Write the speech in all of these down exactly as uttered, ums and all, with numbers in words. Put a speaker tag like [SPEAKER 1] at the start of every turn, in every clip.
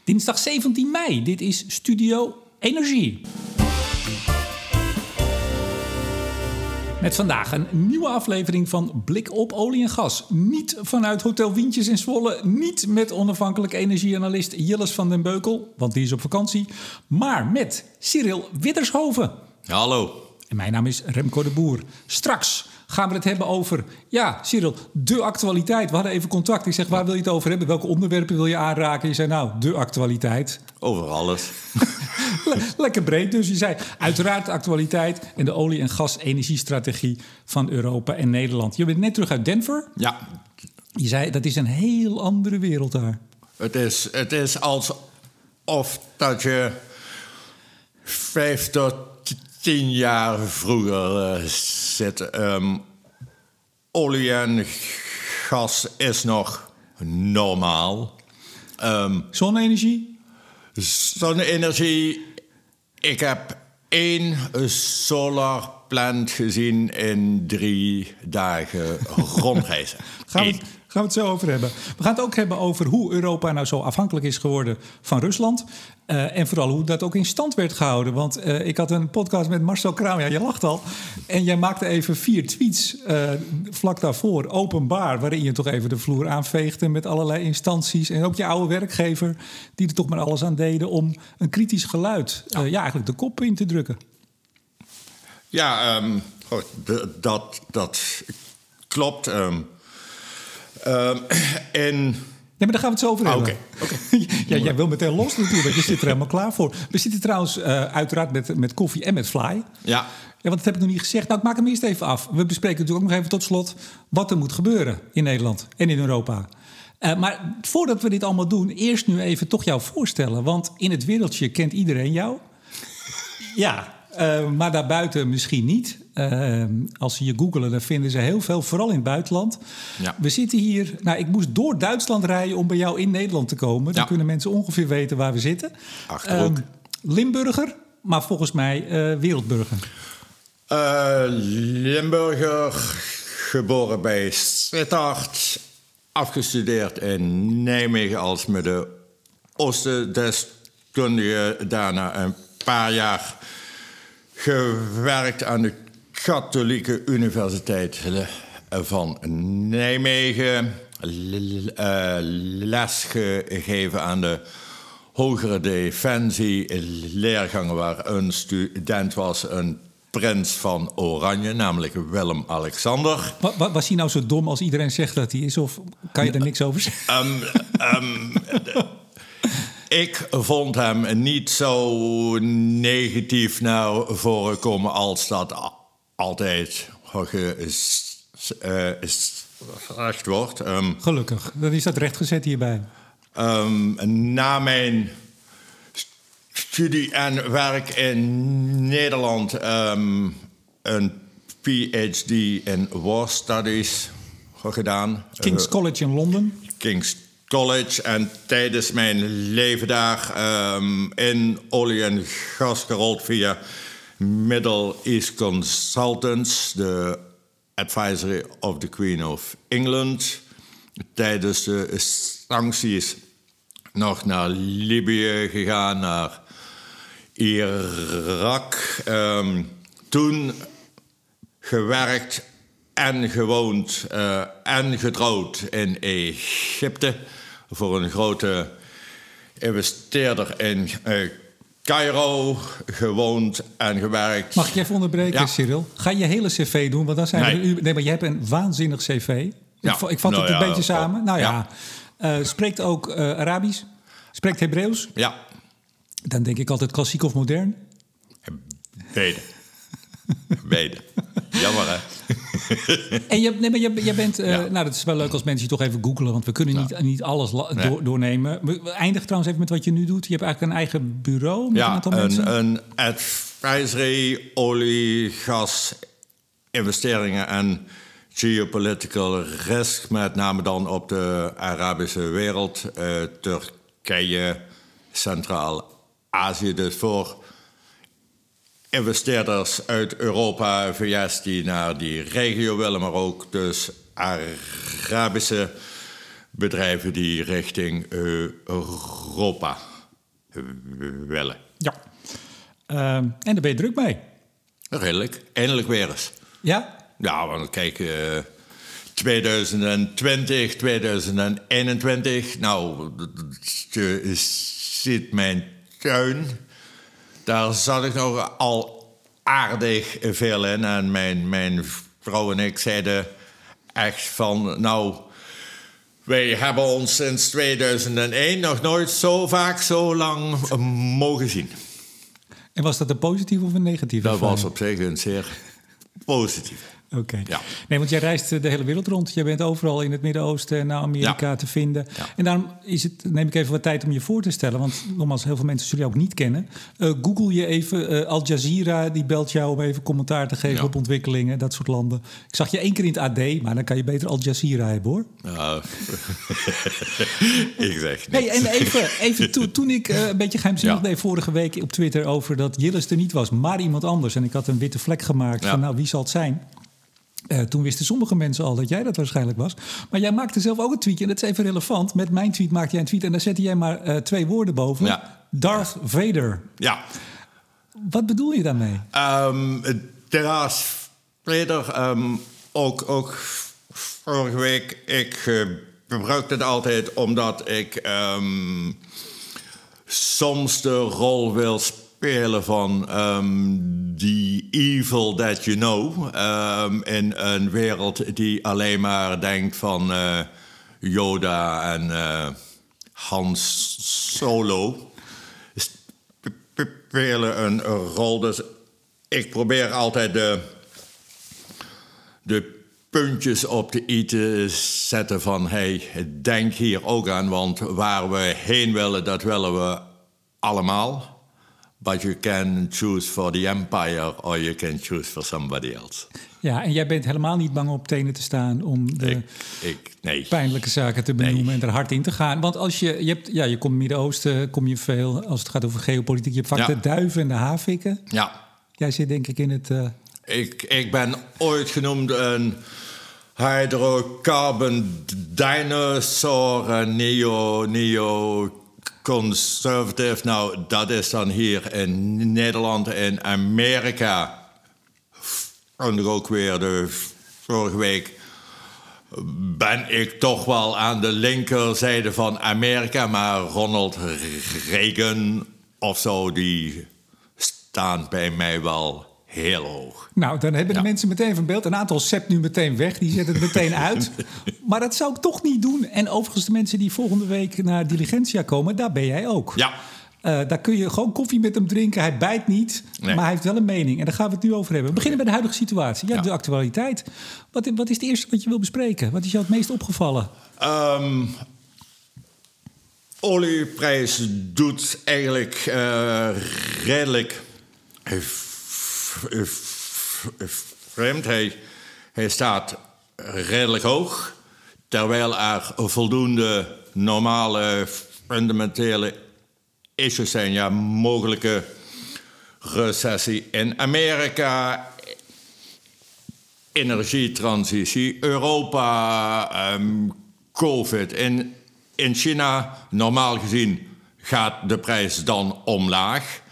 [SPEAKER 1] Dinsdag zeventien mei. Dit is Studio Energie. Met vandaag een nieuwe aflevering van Blik op olie en gas. Niet vanuit Hotel Wientjes in Zwolle. Niet met onafhankelijk energieanalist Jilles van den Beukel, want die is op vakantie. Maar met Cyril Widdershoven.
[SPEAKER 2] Hallo.
[SPEAKER 1] En mijn naam is Remco de Boer. Straks gaan we het hebben over, ja, Cyril, de actualiteit. We hadden even contact. Ik zeg, waar wil je het over hebben? Welke onderwerpen wil je aanraken? Je zei, nou, de actualiteit.
[SPEAKER 2] Over alles.
[SPEAKER 1] Lekker breed. Dus je zei, uiteraard de actualiteit en de olie- en gas-energiestrategie van Europa en Nederland. Je bent net terug uit Denver.
[SPEAKER 2] Ja.
[SPEAKER 1] Je zei, dat is een heel andere wereld daar.
[SPEAKER 2] Het is, het is alsof dat je vijf tot tien jaar vroeger uh, zit. Um, olie en gas is nog normaal. Um,
[SPEAKER 1] Zonne-energie?
[SPEAKER 2] Zonne-energie. Ik heb één solar plant gezien in drie dagen rondreizen.
[SPEAKER 1] Gaan we, het, gaan we het zo over hebben. We gaan het ook hebben over hoe Europa nou zo afhankelijk is geworden van Rusland. Uh, en vooral hoe dat ook in stand werd gehouden. Want uh, ik had een podcast met Marcel Kraam. Ja, je lacht al. En jij maakte even vier tweets uh, vlak daarvoor, openbaar, waarin je toch even de vloer aanveegde met allerlei instanties. En ook je oude werkgever, die er toch maar alles aan deden om een kritisch geluid, uh, ja, eigenlijk de kop in te drukken.
[SPEAKER 2] Ja, um, goed, d- dat, dat klopt. Um, um, en...
[SPEAKER 1] Nee, maar daar gaan we het zo over hebben.
[SPEAKER 2] Oké. Okay. Okay.
[SPEAKER 1] Ja, jij wil meteen los natuurlijk. Je zit er helemaal klaar voor. We zitten trouwens uh, uiteraard met, met koffie en met Fly.
[SPEAKER 2] Ja.
[SPEAKER 1] Ja, want dat heb ik nog niet gezegd. Nou, ik maak hem eerst even af. We bespreken natuurlijk ook nog even tot slot wat er moet gebeuren in Nederland en in Europa. Uh, maar voordat we dit allemaal doen, eerst nu even toch jou voorstellen. Want in het wereldje kent iedereen jou. Ja, uh, maar daarbuiten misschien niet. Uh, als ze je googelen, dan vinden ze heel veel, vooral in het buitenland.
[SPEAKER 2] Ja.
[SPEAKER 1] We zitten hier, nou, ik moest door Duitsland rijden om bij jou in Nederland te komen. Dan ja. kunnen mensen ongeveer weten waar we zitten.
[SPEAKER 2] Achterhoek.
[SPEAKER 1] Uh, Limburger, maar volgens mij uh, wereldburger.
[SPEAKER 2] Uh, Limburger, geboren bij Sittard, afgestudeerd in Nijmegen als met de Oostendeskundige. Daarna een paar jaar gewerkt aan de Katholieke Universiteit van Nijmegen. Les gegeven aan de hogere defensie. Leergangen waar een student was, een prins van Oranje, namelijk Willem-Alexander.
[SPEAKER 1] Was hij nou zo dom als iedereen zegt dat hij is? Of kan je er niks over zeggen?
[SPEAKER 2] Um, um, Ik vond hem niet zo negatief nou voorkomen als dat altijd gezegd wordt. Um,
[SPEAKER 1] Gelukkig, dan is dat rechtgezet hierbij.
[SPEAKER 2] Um, na mijn studie en werk in Nederland um, een P H D in War Studies gedaan.
[SPEAKER 1] King's College in Londen.
[SPEAKER 2] King's College en tijdens mijn leven daar um, in olie en gas gerold via Middle East Consultants, de advisory of the Queen of England. Tijdens de sancties nog naar Libië gegaan, naar Irak. Um, toen gewerkt en gewoond uh, en getrouwd in Egypte voor een grote investeerder in uh, Cairo, gewoond en gewerkt.
[SPEAKER 1] Mag ik je even onderbreken, ja. Cyril? Ga je hele cv doen? Want dan zijn
[SPEAKER 2] nee.
[SPEAKER 1] we, nee, maar je hebt een waanzinnig cv.
[SPEAKER 2] Ja.
[SPEAKER 1] Ik, ik vat
[SPEAKER 2] nou
[SPEAKER 1] het een
[SPEAKER 2] ja,
[SPEAKER 1] beetje samen. Nou ja, ja. Uh, spreekt ook uh, Arabisch? Spreekt Hebreeuws?
[SPEAKER 2] Ja. Dan
[SPEAKER 1] denk ik altijd klassiek of modern?
[SPEAKER 2] Beide. Beide. Jammer, hè?
[SPEAKER 1] En je, nee, maar je, je bent... Uh, ja. Nou, dat is wel leuk als mensen je toch even googlen, want we kunnen niet, ja. niet alles la- nee. door, doornemen. We eindigen trouwens even met wat je nu doet. Je hebt eigenlijk een eigen bureau met
[SPEAKER 2] ja,
[SPEAKER 1] een aantal mensen.
[SPEAKER 2] Ja, een, een advisory, olie, gas, investeringen en geopolitical risk. Met name dan op de Arabische wereld. Uh, Turkije, Centraal-Azië. Dus voor investeerders uit Europa, V S die naar die regio willen, maar ook dus Arabische bedrijven die richting Europa willen.
[SPEAKER 1] Ja. Uh, en daar ben je druk mee.
[SPEAKER 2] Redelijk. Eindelijk weer eens.
[SPEAKER 1] Ja?
[SPEAKER 2] Ja, want kijk, uh, twintig twintig, twintig eenentwintig... Nou, je ziet mijn tuin. Daar zat ik nog al aardig veel in. En mijn, mijn vrouw en ik zeiden echt van... Nou, wij hebben ons sinds tweeduizend één nog nooit zo vaak zo lang mogen zien.
[SPEAKER 1] En was dat een positief of een negatief?
[SPEAKER 2] Dat was op zich een zeer positief.
[SPEAKER 1] Oké. Okay.
[SPEAKER 2] Ja.
[SPEAKER 1] Nee, want jij reist de hele wereld rond. Jij bent overal in het Midden-Oosten en naar Amerika ja. te vinden. Ja. En daarom is het, neem ik even wat tijd om je voor te stellen. Want nogmaals, heel veel mensen zullen je ook niet kennen. Uh, Google je even. Uh, Al Jazeera die belt jou om even commentaar te geven ja. op ontwikkelingen. Dat soort landen. Ik zag je één keer in het A D, maar dan kan je beter Al Jazeera hebben, hoor.
[SPEAKER 2] Nou, ik zeg niet.
[SPEAKER 1] Nee, en even, even to, toen ik uh, een beetje geheimzinnig ja. deed vorige week op Twitter over dat Jillis er niet was, maar iemand anders. En ik had een witte vlek gemaakt ja. van nou, wie zal het zijn? Uh, toen wisten sommige mensen al dat jij dat waarschijnlijk was. Maar jij maakte zelf ook een tweetje. En dat is even relevant. Met mijn tweet maakte jij een tweet. En daar zette jij maar uh, twee woorden boven.
[SPEAKER 2] Ja.
[SPEAKER 1] Darth Vader.
[SPEAKER 2] Ja.
[SPEAKER 1] Wat bedoel je daarmee?
[SPEAKER 2] Um, Darth Vader. Um, ook, ook vorige week. Ik uh, gebruik het altijd omdat ik um, soms de rol wil spelen. Spelen van um, the evil that you know. Um, in een wereld die alleen maar denkt van uh, Yoda en uh, Han Solo. Spelen een rol. Dus ik probeer altijd de, de puntjes op de i te zetten van... hey, denk hier ook aan, want waar we heen willen, dat willen we allemaal. But you can choose for the empire or you can choose for somebody else.
[SPEAKER 1] Ja, en jij bent helemaal niet bang op tenen te staan om de
[SPEAKER 2] ik, ik, nee.
[SPEAKER 1] pijnlijke zaken te benoemen nee. en er hard in te gaan. Want als je, je hebt, ja, je komt in het Midden-Oosten, kom je veel, als het gaat over geopolitiek, je hebt vaak ja. de duiven en de haviken.
[SPEAKER 2] Ja.
[SPEAKER 1] Jij zit denk ik in het... Uh...
[SPEAKER 2] Ik, ik ben ooit genoemd een hydrocarbon dinosaur, neo, neo conservative. Nou, dat is dan hier in Nederland. In Amerika vond ik ook weer de vorige week ben ik toch wel aan de linkerzijde van Amerika, maar Ronald Reagan of zo, die staan bij mij wel heel hoog.
[SPEAKER 1] Nou, dan hebben de ja. mensen meteen van beeld. Een aantal zept nu meteen weg, die zetten het meteen uit. Maar dat zou ik toch niet doen. En overigens de mensen die volgende week naar Diligentia komen, daar ben jij ook.
[SPEAKER 2] Ja.
[SPEAKER 1] Uh, daar kun je gewoon koffie met hem drinken. Hij bijt niet, nee. maar hij heeft wel een mening. En daar gaan we het nu over hebben. We beginnen bij de huidige situatie. Ja, ja. De actualiteit. Wat, wat is het eerste wat je wil bespreken? Wat is jou het meest opgevallen?
[SPEAKER 2] Um, olieprijs doet eigenlijk uh, redelijk vreemd. Hij, hij staat redelijk hoog, terwijl er voldoende normale fundamentele issues zijn. Ja, mogelijke recessie in Amerika, energietransitie, Europa, um, COVID. In, in China, normaal gezien, gaat de prijs dan omlaag.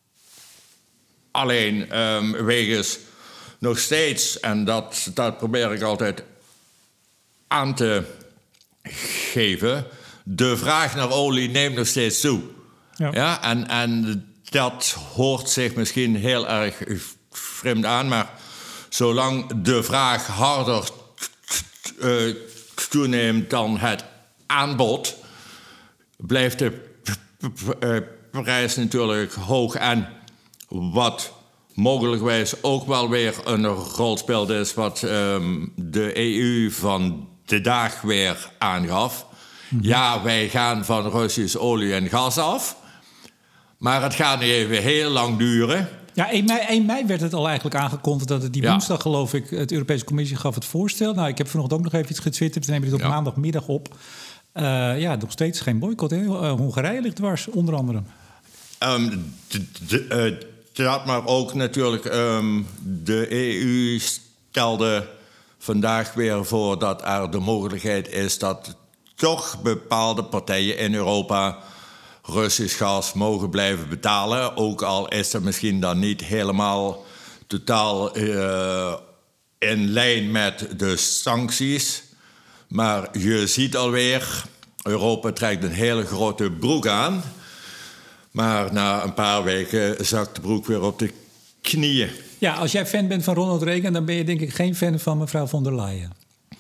[SPEAKER 2] Alleen um, wegens nog steeds, en dat, dat probeer ik altijd aan te geven, de vraag naar olie neemt nog steeds toe. Ja. Ja, en, en dat hoort zich misschien heel erg vreemd aan, maar zolang de vraag harder uh, toeneemt dan het aanbod, blijft de prijs natuurlijk hoog. En wat mogelijkwijs ook wel weer een rol speelt, is wat um, de E U van de dag weer aangaf. Mm-hmm. Ja, wij gaan van Russisch olie en gas af, maar het gaat niet even heel lang duren.
[SPEAKER 1] Ja, één mei, één mei werd het al eigenlijk aangekondigd dat het die ja. woensdag, geloof ik, het Europese Commissie gaf het voorstel. Nou, ik heb vanochtend ook nog even iets getwitterd. We nemen dit op ja. maandagmiddag op. Uh, ja, nog steeds geen boycott. Hè? Uh, Hongarije ligt dwars, onder andere.
[SPEAKER 2] Um, d- d- uh, dat, maar ook natuurlijk um, de E U stelde vandaag weer voor dat er de mogelijkheid is dat toch bepaalde partijen in Europa Russisch gas mogen blijven betalen. Ook al is dat misschien dan niet helemaal totaal uh, in lijn met de sancties. Maar je ziet alweer, Europa trekt een hele grote broek aan. Maar na een paar weken zakt de broek weer op de knieën.
[SPEAKER 1] Ja, als jij fan bent van Ronald Reagan, dan ben je denk ik geen fan van mevrouw von der Leyen.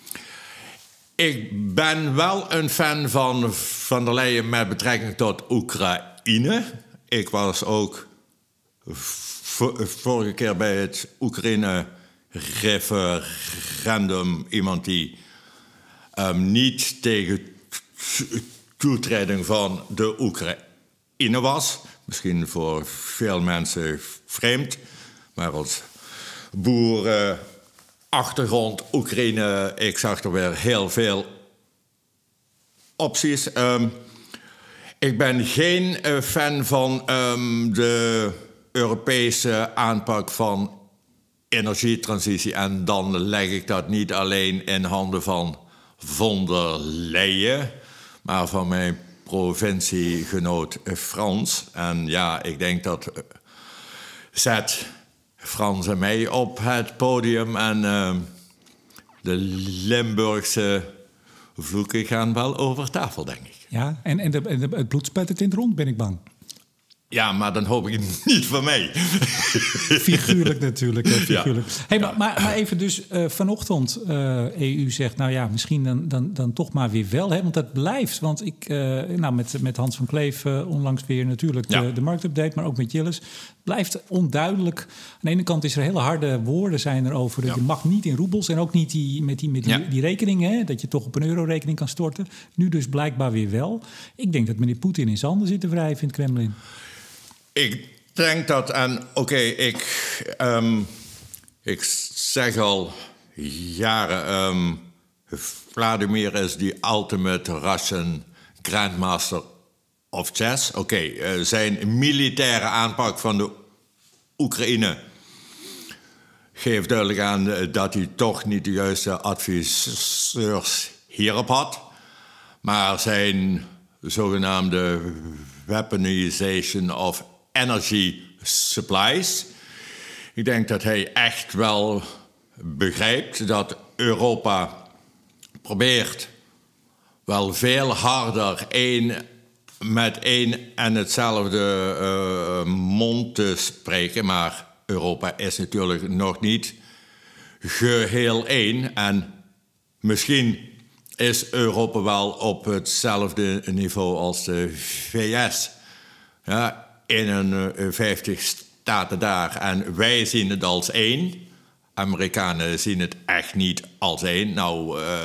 [SPEAKER 2] Ik ben wel een fan van von der Leyen met betrekking tot Oekraïne. Ik was ook vorige keer bij het Oekraïne-referendum iemand die um, niet tegen toetreding van de Oekraïne was. Misschien voor veel mensen vreemd, maar als boeren... achtergrond Oekraïne, ik zag er weer heel veel opties. Um, ik ben geen uh, fan van um, de Europese aanpak van energietransitie. En dan leg ik dat niet alleen in handen van von der Leyen, maar van mijn provinciegenoot Frans. En ja, ik denk dat uh, zet Frans en mij op het podium en uh, de Limburgse vloeken gaan wel over tafel, denk ik.
[SPEAKER 1] Ja, en, en, de, en de, het bloed spuit in het rond, ben ik bang.
[SPEAKER 2] Ja, maar dan hoop ik niet van mij.
[SPEAKER 1] Figuurlijk natuurlijk, hè, figuurlijk.
[SPEAKER 2] Ja.
[SPEAKER 1] Hey, maar, maar, maar even dus uh, vanochtend, uh, E U zegt... nou ja, misschien dan, dan, dan toch maar weer wel, hè, want dat blijft. Want ik, uh, nou, met, met Hans van Kleef uh, onlangs weer natuurlijk de, ja. de marktupdate... maar ook met Jilles, blijft onduidelijk. Aan de ene kant is er hele harde woorden zijn er over. Ja. Je mag niet in roebels en ook niet die, met die, met die, ja. die rekeningen... Hè, dat je toch op een eurorekening kan storten. Nu dus blijkbaar weer wel. Ik denk dat meneer Poetin in zijn handen zit te wrijven in het Kremlin.
[SPEAKER 2] Ik denk dat, en oké, okay, ik, um, ik zeg al jaren... Um, Vladimir is die ultimate Russian grandmaster of chess. Oké, okay, uh, zijn militaire aanpak van de Oekraïne... geeft duidelijk aan uh, dat hij toch niet de juiste adviseurs hierop had. Maar zijn zogenaamde weaponization of energy supplies. Ik denk dat hij echt wel begrijpt dat Europa probeert wel veel harder één, met één en hetzelfde uh, mond te spreken. Maar Europa is natuurlijk nog niet geheel één. En misschien is Europa wel op hetzelfde niveau als de V S. Ja, in een uh, vijftig staten daar. En wij zien het als één. Amerikanen zien het echt niet als één. Nou, uh,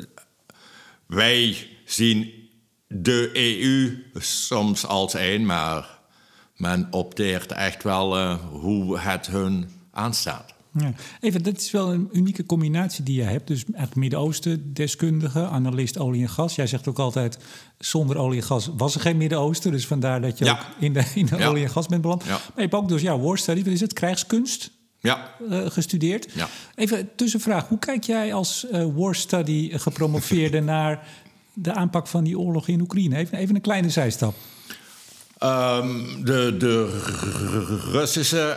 [SPEAKER 2] wij zien de E U soms als één, maar men opteert echt wel uh, hoe het hun aanstaat.
[SPEAKER 1] Ja. Even, dat is wel een unieke combinatie die je hebt. Dus het Midden-Oosten, deskundige, analist olie en gas. Jij zegt ook altijd, zonder olie en gas was er geen Midden-Oosten. Dus vandaar dat je ja. ook in de, in de ja. olie en gas bent beland. Ja. Maar je hebt ook dus, ja, war study, wat is het? Krijgskunst
[SPEAKER 2] ja.
[SPEAKER 1] uh, gestudeerd.
[SPEAKER 2] Ja.
[SPEAKER 1] Even tussenvraag, hoe kijk jij als uh, war study gepromoveerde naar de aanpak van die oorlog in Oekraïne? Even, even een kleine zijstap.
[SPEAKER 2] Um, de, de Russische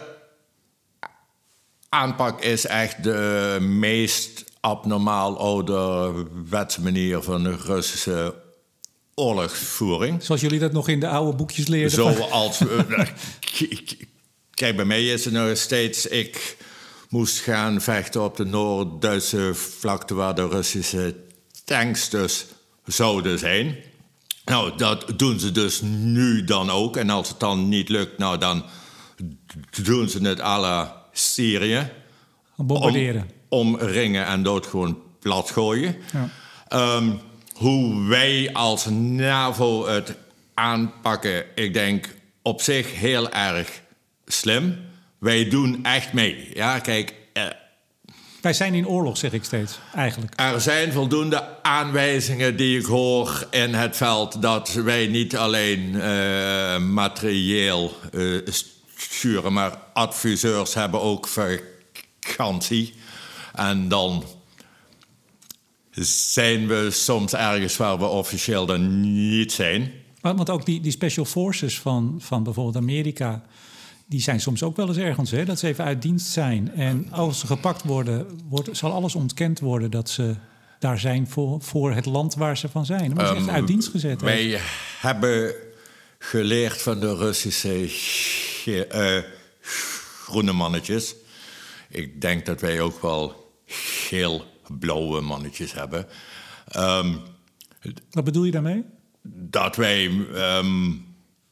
[SPEAKER 2] aanpak is echt de meest abnormaal ouderwetse manier van de Russische oorlogsvoering.
[SPEAKER 1] Zoals jullie dat nog in de oude boekjes leerden?
[SPEAKER 2] Zoals... Kijk, bij mij is het nog steeds... Ik moest gaan vechten op de Noord-Duitse vlakte... waar de Russische tanks dus zouden zijn. Nou, dat doen ze dus nu dan ook. En als het dan niet lukt, nou dan doen ze het à la Syrië.
[SPEAKER 1] Bombarderen.
[SPEAKER 2] Om, omringen en dood gewoon plat gooien. Ja. Um, hoe wij als NAVO het aanpakken, ik denk op zich heel erg slim. Wij doen echt mee. Ja, kijk... Uh,
[SPEAKER 1] Wij zijn in oorlog, zeg ik steeds, eigenlijk.
[SPEAKER 2] Er zijn voldoende aanwijzingen die ik hoor in het veld... dat wij niet alleen uh, materieel uh, sturen... maar adviseurs hebben ook vakantie. En dan zijn we soms ergens waar we officieel dan niet zijn.
[SPEAKER 1] Want, want ook die, die special forces van, van bijvoorbeeld Amerika, die zijn soms ook wel eens ergens, hè, dat ze even uit dienst zijn. En als ze gepakt worden, wordt, zal alles ontkend worden dat ze daar zijn voor, voor het land waar ze van zijn. Dan worden ze echt
[SPEAKER 2] Um,
[SPEAKER 1] uit dienst gezet.
[SPEAKER 2] Wij
[SPEAKER 1] heeft.
[SPEAKER 2] hebben geleerd van de Russische ge- uh, groene mannetjes. Ik denk dat wij ook wel geel-blauwe mannetjes hebben. Um,
[SPEAKER 1] Wat bedoel je daarmee?
[SPEAKER 2] Dat wij um,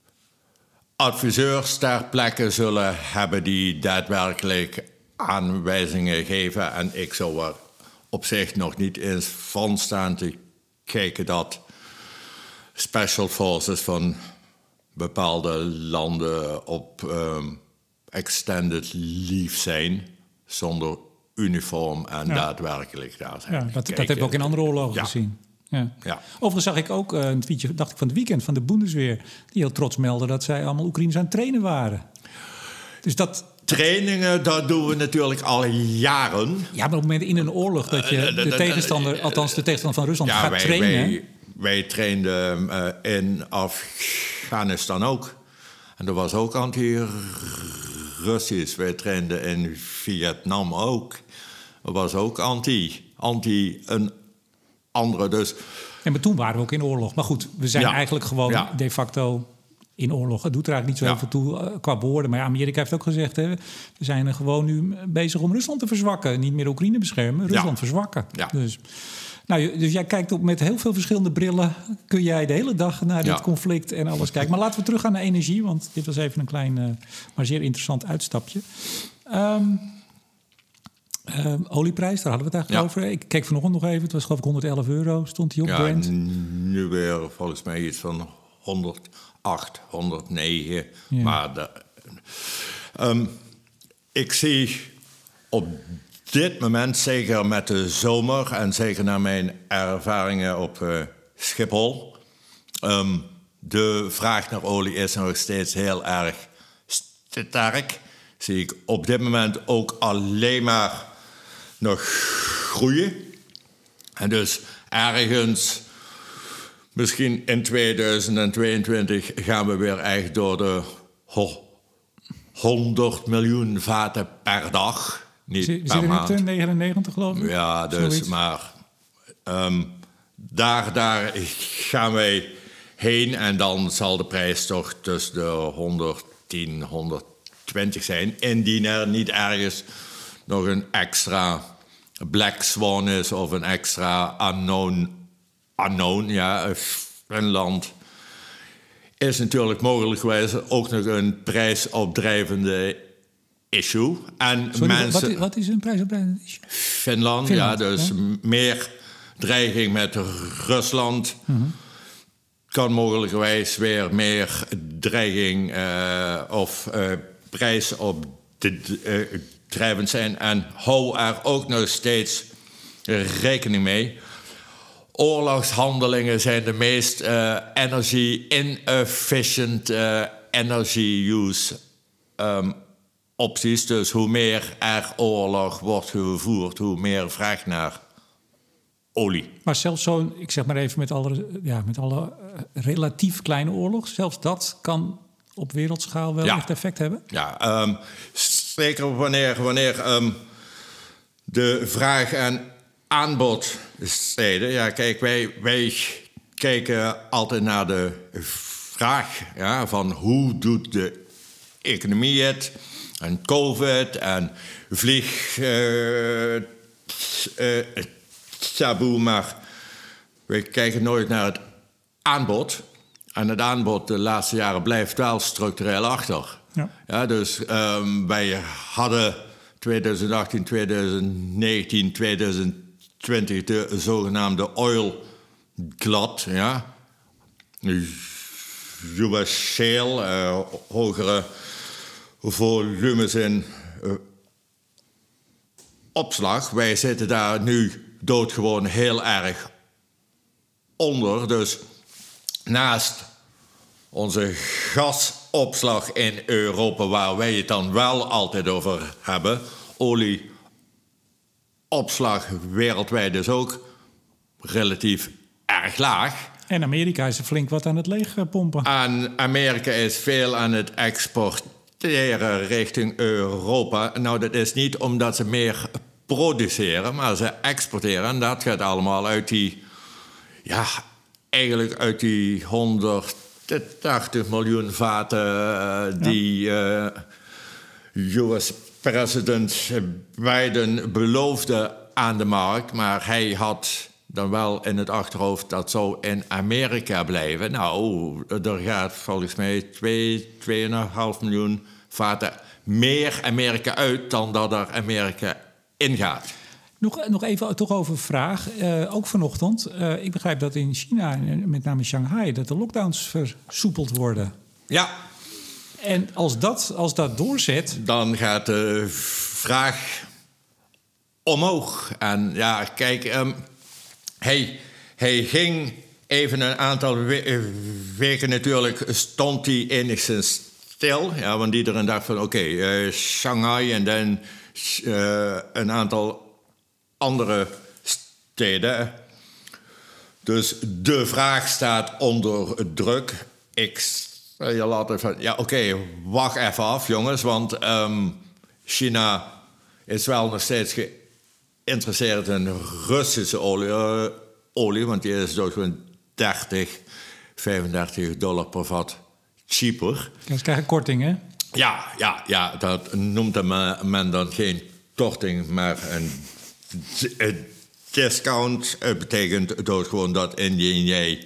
[SPEAKER 2] adviseurs ter plekke zullen hebben die daadwerkelijk aanwijzingen geven. En ik zou er op zich nog niet eens van staan te kijken dat special forces van bepaalde landen op um, extended leave zijn zonder uniform en ja. daadwerkelijk daar zijn.
[SPEAKER 1] Ja, dat, dat hebben we ook in andere oorlogen
[SPEAKER 2] ja.
[SPEAKER 1] gezien. Ja.
[SPEAKER 2] Ja.
[SPEAKER 1] Overigens zag ik ook uh, een tweetje, dacht ik, van het weekend van de Bundesweer, die heel trots meldde dat zij allemaal Oekraïners aan het trainen waren. Dus dat...
[SPEAKER 2] Trainingen, dat doen we natuurlijk al jaren.
[SPEAKER 1] Ja, maar op het moment in een oorlog dat je de tegenstander, althans de tegenstander van Rusland,
[SPEAKER 2] ja,
[SPEAKER 1] gaat
[SPEAKER 2] wij,
[SPEAKER 1] trainen.
[SPEAKER 2] Wij, wij trainden uh, in Afghanistan ook. En dat was ook anti-Russisch. Wij trainden in Vietnam ook. Dat was ook anti. Anti een andere. Dus.
[SPEAKER 1] Ja, maar toen waren we ook in oorlog. Maar goed, we zijn ja. eigenlijk gewoon ja. de facto in oorlog. Het doet er eigenlijk niet zo heel ja. veel toe uh, qua woorden. Maar ja, Amerika heeft ook gezegd, hè, we zijn er gewoon nu bezig om Rusland te verzwakken. Niet meer Oekraïne beschermen, Rusland ja. verzwakken. Ja. Dus, nou, dus jij kijkt op met heel veel verschillende brillen. Kun jij de hele dag naar dit ja. conflict en alles kijken. Maar laten we teruggaan naar energie. Want dit was even een klein, uh, maar zeer interessant uitstapje. Um, Uh, olieprijs, daar hadden we het eigenlijk ja. over. Ik keek vanochtend nog even, het was geloof ik honderdelf euro, stond die op
[SPEAKER 2] ja,
[SPEAKER 1] Brent.
[SPEAKER 2] Nu weer volgens mij iets van honderdacht, honderdnegen. Ja. Maar de, um, ik zie op dit moment, zeker met de zomer en zeker naar mijn ervaringen op uh, Schiphol, um, de vraag naar olie is nog steeds heel erg sterk. Zie ik op dit moment ook alleen maar nog groeien. En dus ergens, misschien in tweeduizend tweeëntwintig, gaan we weer echt door de honderd miljoen vaten per dag. Niet
[SPEAKER 1] we
[SPEAKER 2] per maand.
[SPEAKER 1] We zitten nu negenennegentig geloof ik.
[SPEAKER 2] Ja, dus Zoiets. maar um, daar, daar gaan wij heen. En dan zal de prijs toch tussen de honderdtien, honderdtwintig zijn. Indien er niet ergens nog een extra black swan is of een extra unknown. unknown ja, Finland is natuurlijk mogelijkwijs ook nog een prijsopdrijvende issue. En
[SPEAKER 1] Sorry,
[SPEAKER 2] mensen,
[SPEAKER 1] wat, wat is een prijsopdrijvende issue?
[SPEAKER 2] Finland,
[SPEAKER 1] Finland
[SPEAKER 2] ja, dus ja. meer dreiging met Rusland. Mm-hmm. Kan mogelijkwijs weer meer dreiging uh, of uh, prijs op de, uh, drijvend zijn. En hou er ook nog steeds rekening mee. Oorlogshandelingen zijn de meest uh, energy-inefficient uh, energy use um, opties. Dus hoe meer er oorlog wordt gevoerd, hoe meer vraag naar olie.
[SPEAKER 1] Maar zelfs zo'n, ik zeg maar even met alle, ja, met alle uh, relatief kleine oorlog, zelfs dat kan op wereldschaal wel ja. echt effect hebben?
[SPEAKER 2] Ja, um, zeker wanneer, wanneer um, de vraag en aanbod steden. Ja, kijk, wij, wij kijken altijd naar de vraag ja, van hoe doet de economie het? En COVID en vlieg uh, uh, taboe, maar we kijken nooit naar het aanbod. En het aanbod de laatste jaren blijft wel structureel achter. Ja. Ja, dus um, wij hadden twintig achttien, twintig negentien, twintig twintig de zogenaamde oil glut. Ja. U S shale, uh, hogere volumes in uh, opslag. Wij zitten daar nu doodgewoon heel erg onder. Dus naast onze gasopslag in Europa, waar wij het dan wel altijd over hebben, olieopslag wereldwijd is ook relatief erg laag.
[SPEAKER 1] En Amerika is er flink wat aan het leegpompen.
[SPEAKER 2] En Amerika is veel aan het exporteren richting Europa. Nou, dat is niet omdat ze meer produceren, maar ze exporteren. En dat gaat allemaal uit die... Ja, eigenlijk uit die honderdtachtig miljoen vaten... Uh, die uh, U S-president Biden beloofde aan de markt. Maar hij had... dan wel in het achterhoofd dat zou in Amerika blijven. Nou, er gaat volgens mij twee, tweeënhalf miljoen vaten meer Amerika uit dan dat er Amerika ingaat.
[SPEAKER 1] Nog, nog even toch over een vraag, uh, ook vanochtend. Uh, ik begrijp dat in China, met name Shanghai, dat de lockdowns versoepeld worden.
[SPEAKER 2] Ja.
[SPEAKER 1] En als dat, als dat doorzet...
[SPEAKER 2] dan gaat de vraag omhoog. En ja, kijk... Um, Hij, hij ging even een aantal we- weken natuurlijk, stond hij enigszins stil. Ja, want iedereen dacht van oké, okay, uh, Shanghai en dan uh, een aantal andere steden. Dus de vraag staat onder druk. Ik stel je later van, ja oké, okay, wacht even af jongens. Want um, China is wel nog steeds... Ge- Interesseert in Russische olie, uh, olie, want die is dus gewoon dertig, vijfendertig dollar per vat cheaper.
[SPEAKER 1] Ja, ze krijgen korting, hè?
[SPEAKER 2] Ja, ja, ja, dat noemt men dan geen korting, maar een, een discount. Het betekent dus gewoon dat indien jij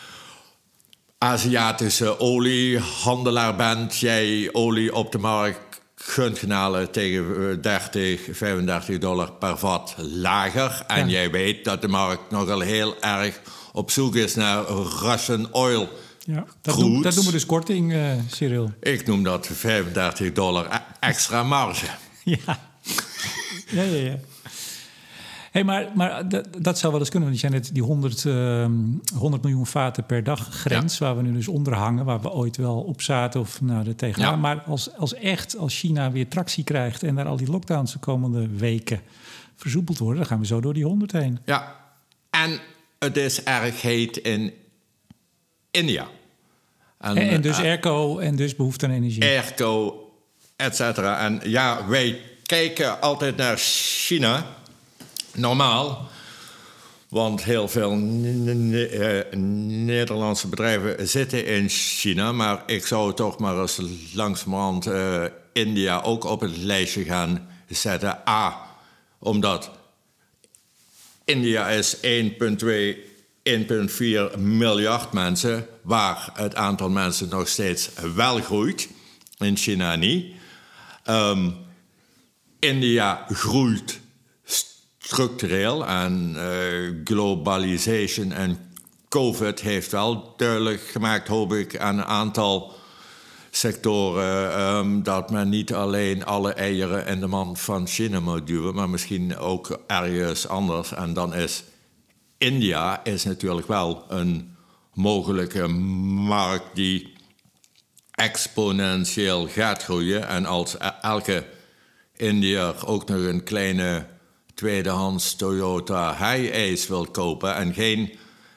[SPEAKER 2] Aziatische oliehandelaar bent, jij olie op de markt kunt gaan halen tegen dertig, vijfendertig dollar per vat lager. En ja. Jij weet dat de markt nogal heel erg op zoek is naar Russian oil.
[SPEAKER 1] Ja, dat, noem, dat noemen we dus korting, uh, Cyril.
[SPEAKER 2] Ik noem dat vijfendertig dollar extra marge.
[SPEAKER 1] Ja, ja, ja. ja. Hey, maar maar dat, dat zou wel eens kunnen. Want je zei net die honderd, uh, honderd miljoen vaten per dag grens... Ja. Waar we nu dus onder hangen, waar we ooit wel op zaten of nou, er tegenaan. Ja. Maar als, als echt, als China weer tractie krijgt... en daar al die lockdowns de komende weken versoepeld worden... dan gaan we zo door die honderd heen.
[SPEAKER 2] Ja, en het is erg heet in India.
[SPEAKER 1] En, en, en dus uh, airco en dus behoefte aan energie.
[SPEAKER 2] Airco, et cetera. En ja, wij kijken altijd naar China... Normaal, want heel veel ne- uh, Nederlandse bedrijven zitten in China... maar ik zou toch maar eens langzamerhand uh, India ook op het lijstje gaan zetten. A, omdat India is één komma twee, één komma vier miljard mensen... waar het aantal mensen nog steeds wel groeit, in China niet. Um, India groeit... structureel en uh, globalisation en COVID heeft wel duidelijk gemaakt, hoop ik, aan een aantal sectoren... Um, dat men niet alleen alle eieren in de mand van China moet duwen... maar misschien ook ergens anders. En dan is India is natuurlijk wel een mogelijke markt die exponentieel gaat groeien. En als elke Indiër ook nog een kleine... tweedehands Toyota Hi-Ace wil kopen... en geen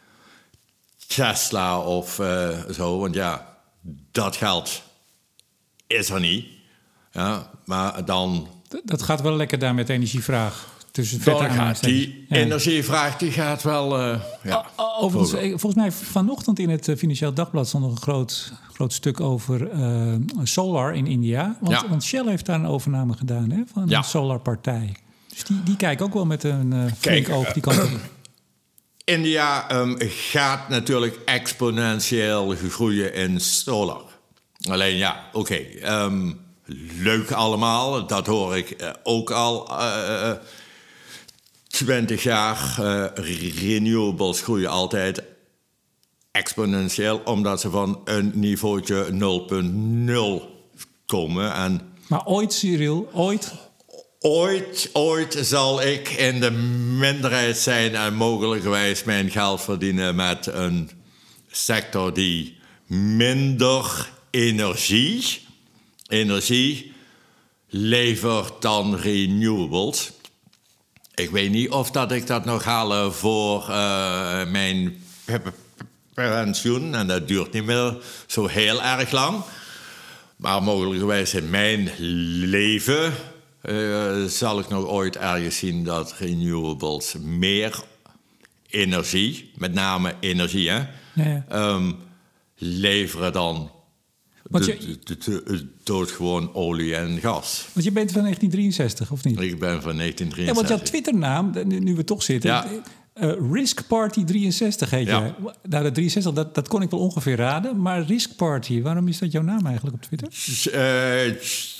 [SPEAKER 2] Tesla of uh, zo. Want ja, dat geld is er niet. Ja, maar dan...
[SPEAKER 1] Dat gaat wel lekker daar met de energievraag. Tussen
[SPEAKER 2] dan gaat die ja. energievraag die gaat wel... Uh, ja,
[SPEAKER 1] Overigens, volgens mij vanochtend in het Financieel Dagblad... stond nog een groot, groot stuk over uh, solar in India. Want, ja. want Shell heeft daar een overname gedaan, hè, van ja. een solarpartij. Dus die, die kijken ook wel met een uh, flink oog die kant op.
[SPEAKER 2] India um, gaat natuurlijk exponentieel groeien in solar. Alleen ja, oké, okay, um, leuk allemaal. Dat hoor ik uh, ook al uh, twintig jaar. Uh, renewables groeien altijd exponentieel... omdat ze van een niveautje nul punt nul komen. En
[SPEAKER 1] maar ooit, Cyril, ooit...
[SPEAKER 2] Ooit, ooit zal ik in de minderheid zijn en mogelijkerwijs mijn geld verdienen met een sector die minder energie, energie levert dan renewables. Ik weet niet of dat ik dat nog haal voor uh, mijn pensioen. En dat duurt niet meer zo heel erg lang. Maar mogelijkerwijs in mijn leven uh, zal ik nog ooit ergens zien dat renewables meer energie, met name energie, hè,
[SPEAKER 1] ja, ja.
[SPEAKER 2] Um, leveren dan
[SPEAKER 1] Want
[SPEAKER 2] de,
[SPEAKER 1] je,
[SPEAKER 2] de, de, de, doodgewoon olie en gas.
[SPEAKER 1] Want je bent van negentien drieënzestig, of niet?
[SPEAKER 2] Ik ben van negentien drieënzestig.
[SPEAKER 1] Ja, want jouw Twitternaam, nu, nu we toch zitten...
[SPEAKER 2] Ja.
[SPEAKER 1] Uh, Risk Party drieënzestig heet
[SPEAKER 2] Ja.
[SPEAKER 1] jij. Nou, dat drieënzestig, dat, dat kon ik wel ongeveer raden. Maar Risk Party, waarom is dat jouw naam eigenlijk op Twitter?
[SPEAKER 2] Uh,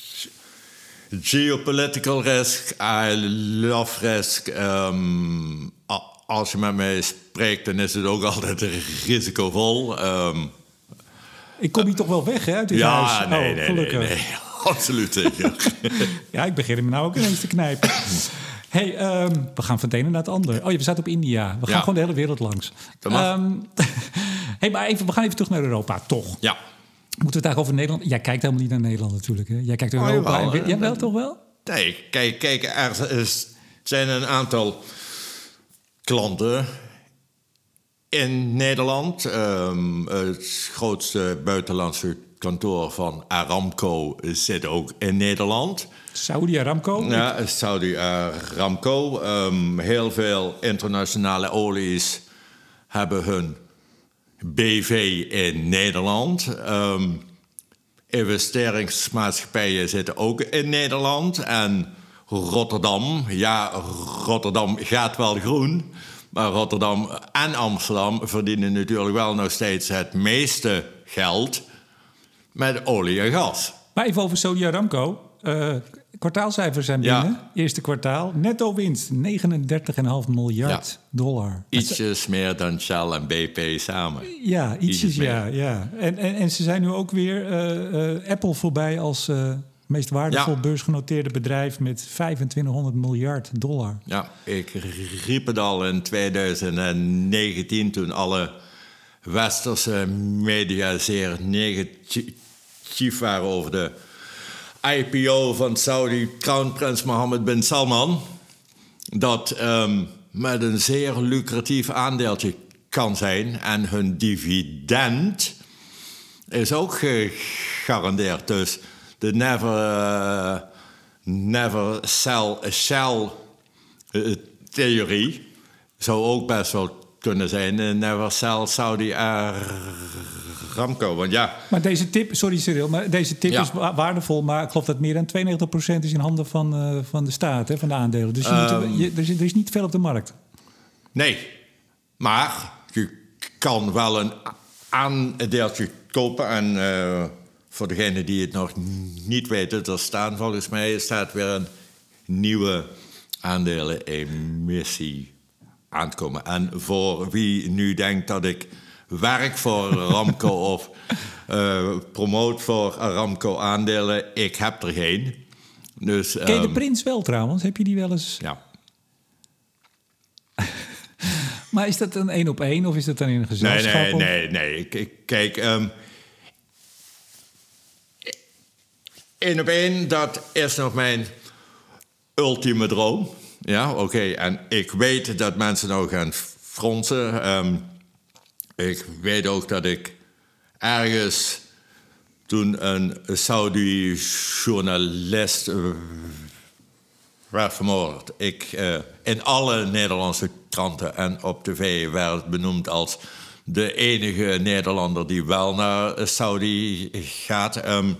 [SPEAKER 2] geopolitical risk, I love risk. Um, als je met mij spreekt, dan is het ook altijd risicovol. Um,
[SPEAKER 1] ik kom hier uh, toch wel weg, hè, uit dit
[SPEAKER 2] ja,
[SPEAKER 1] huis?
[SPEAKER 2] Nee,
[SPEAKER 1] oh,
[SPEAKER 2] nee,
[SPEAKER 1] gelukkig.
[SPEAKER 2] nee, nee, absoluut zeker.
[SPEAKER 1] Ja, ik begin hem nou ook ineens te knijpen. Hey, um, we gaan van het ene naar het andere. Oh ja, we zaten op India. We gaan
[SPEAKER 2] ja.
[SPEAKER 1] gewoon de hele wereld langs.
[SPEAKER 2] Dat mag.
[SPEAKER 1] Um, hey, maar even, we gaan even terug naar Europa, toch?
[SPEAKER 2] Ja.
[SPEAKER 1] Moeten we het eigenlijk over Nederland... Jij kijkt helemaal niet naar Nederland natuurlijk, hè? Jij kijkt naar Europa.
[SPEAKER 2] Oh, jawel,
[SPEAKER 1] en... Jawel, toch wel?
[SPEAKER 2] Nee, kijk, kijk, er zijn een aantal klanten in Nederland. Um, het grootste buitenlandse kantoor van Aramco zit ook in Nederland.
[SPEAKER 1] Saudi Aramco?
[SPEAKER 2] Ja, Saudi Aramco. Um, heel veel internationale olies hebben hun B V in Nederland. Um, investeringsmaatschappijen zitten ook in Nederland. En Rotterdam, ja, Rotterdam gaat wel groen. Maar Rotterdam en Amsterdam verdienen natuurlijk wel nog steeds het meeste geld met olie en gas.
[SPEAKER 1] Maar even over Saudi Aramco. Uh, kwartaalcijfers zijn binnen.
[SPEAKER 2] Ja.
[SPEAKER 1] Eerste kwartaal. Netto winst negenendertig komma vijf miljard ja. dollar.
[SPEAKER 2] Ietsjes meer dan Shell en B P samen.
[SPEAKER 1] Ja, ietsjes, ietsjes ja. ja. En, en, en ze zijn nu ook weer uh, uh, Apple voorbij als uh, meest waardevol ja. beursgenoteerde bedrijf met vijfentwintighonderd miljard dollar.
[SPEAKER 2] Ja, ik riep het al in twintig negentien toen alle westerse media zeer negatief waren over de I P O van Saudi kroonprins Mohammed bin Salman. Dat um, met een zeer lucratief aandeeltje kan zijn. En hun dividend is ook gegarandeerd. Dus de never, uh, never sell a shell uh, theorie zou ook best wel kunnen zijn. Uh, never sell Saudi Aramco. Want ja.
[SPEAKER 1] Maar deze tip, sorry Cyril, maar deze tip ja. is waardevol. Maar ik geloof dat meer dan tweeënnegentig procent is in handen van, uh, van de staat, hè, van de aandelen. Dus je um, moet, je, er, is, er is niet veel op de markt.
[SPEAKER 2] Nee, maar je kan wel een aandeeltje kopen. En uh, voor degenen die het nog niet weten, er staan volgens mij staat weer een nieuwe aandelenemissie aan te komen. En voor wie nu denkt dat ik werk voor Aramco of uh, promoot voor Aramco aandelen, ik heb er geen. Dus,
[SPEAKER 1] ken je
[SPEAKER 2] um,
[SPEAKER 1] de prins wel trouwens? Heb je die wel eens?
[SPEAKER 2] Ja.
[SPEAKER 1] Maar is dat een één op één of is dat dan in een gezelschap?
[SPEAKER 2] Nee, nee, nee. nee. Kijk, um, één op één, dat is nog mijn ultieme droom. Ja, oké. Okay. En ik weet dat mensen nou gaan fronsen. Um, ik weet ook dat ik ergens toen een Saudi-journalist uh, werd vermoord. Ik, uh, in alle Nederlandse kranten en op tv werd benoemd als de enige Nederlander die wel naar Saudi gaat. Um,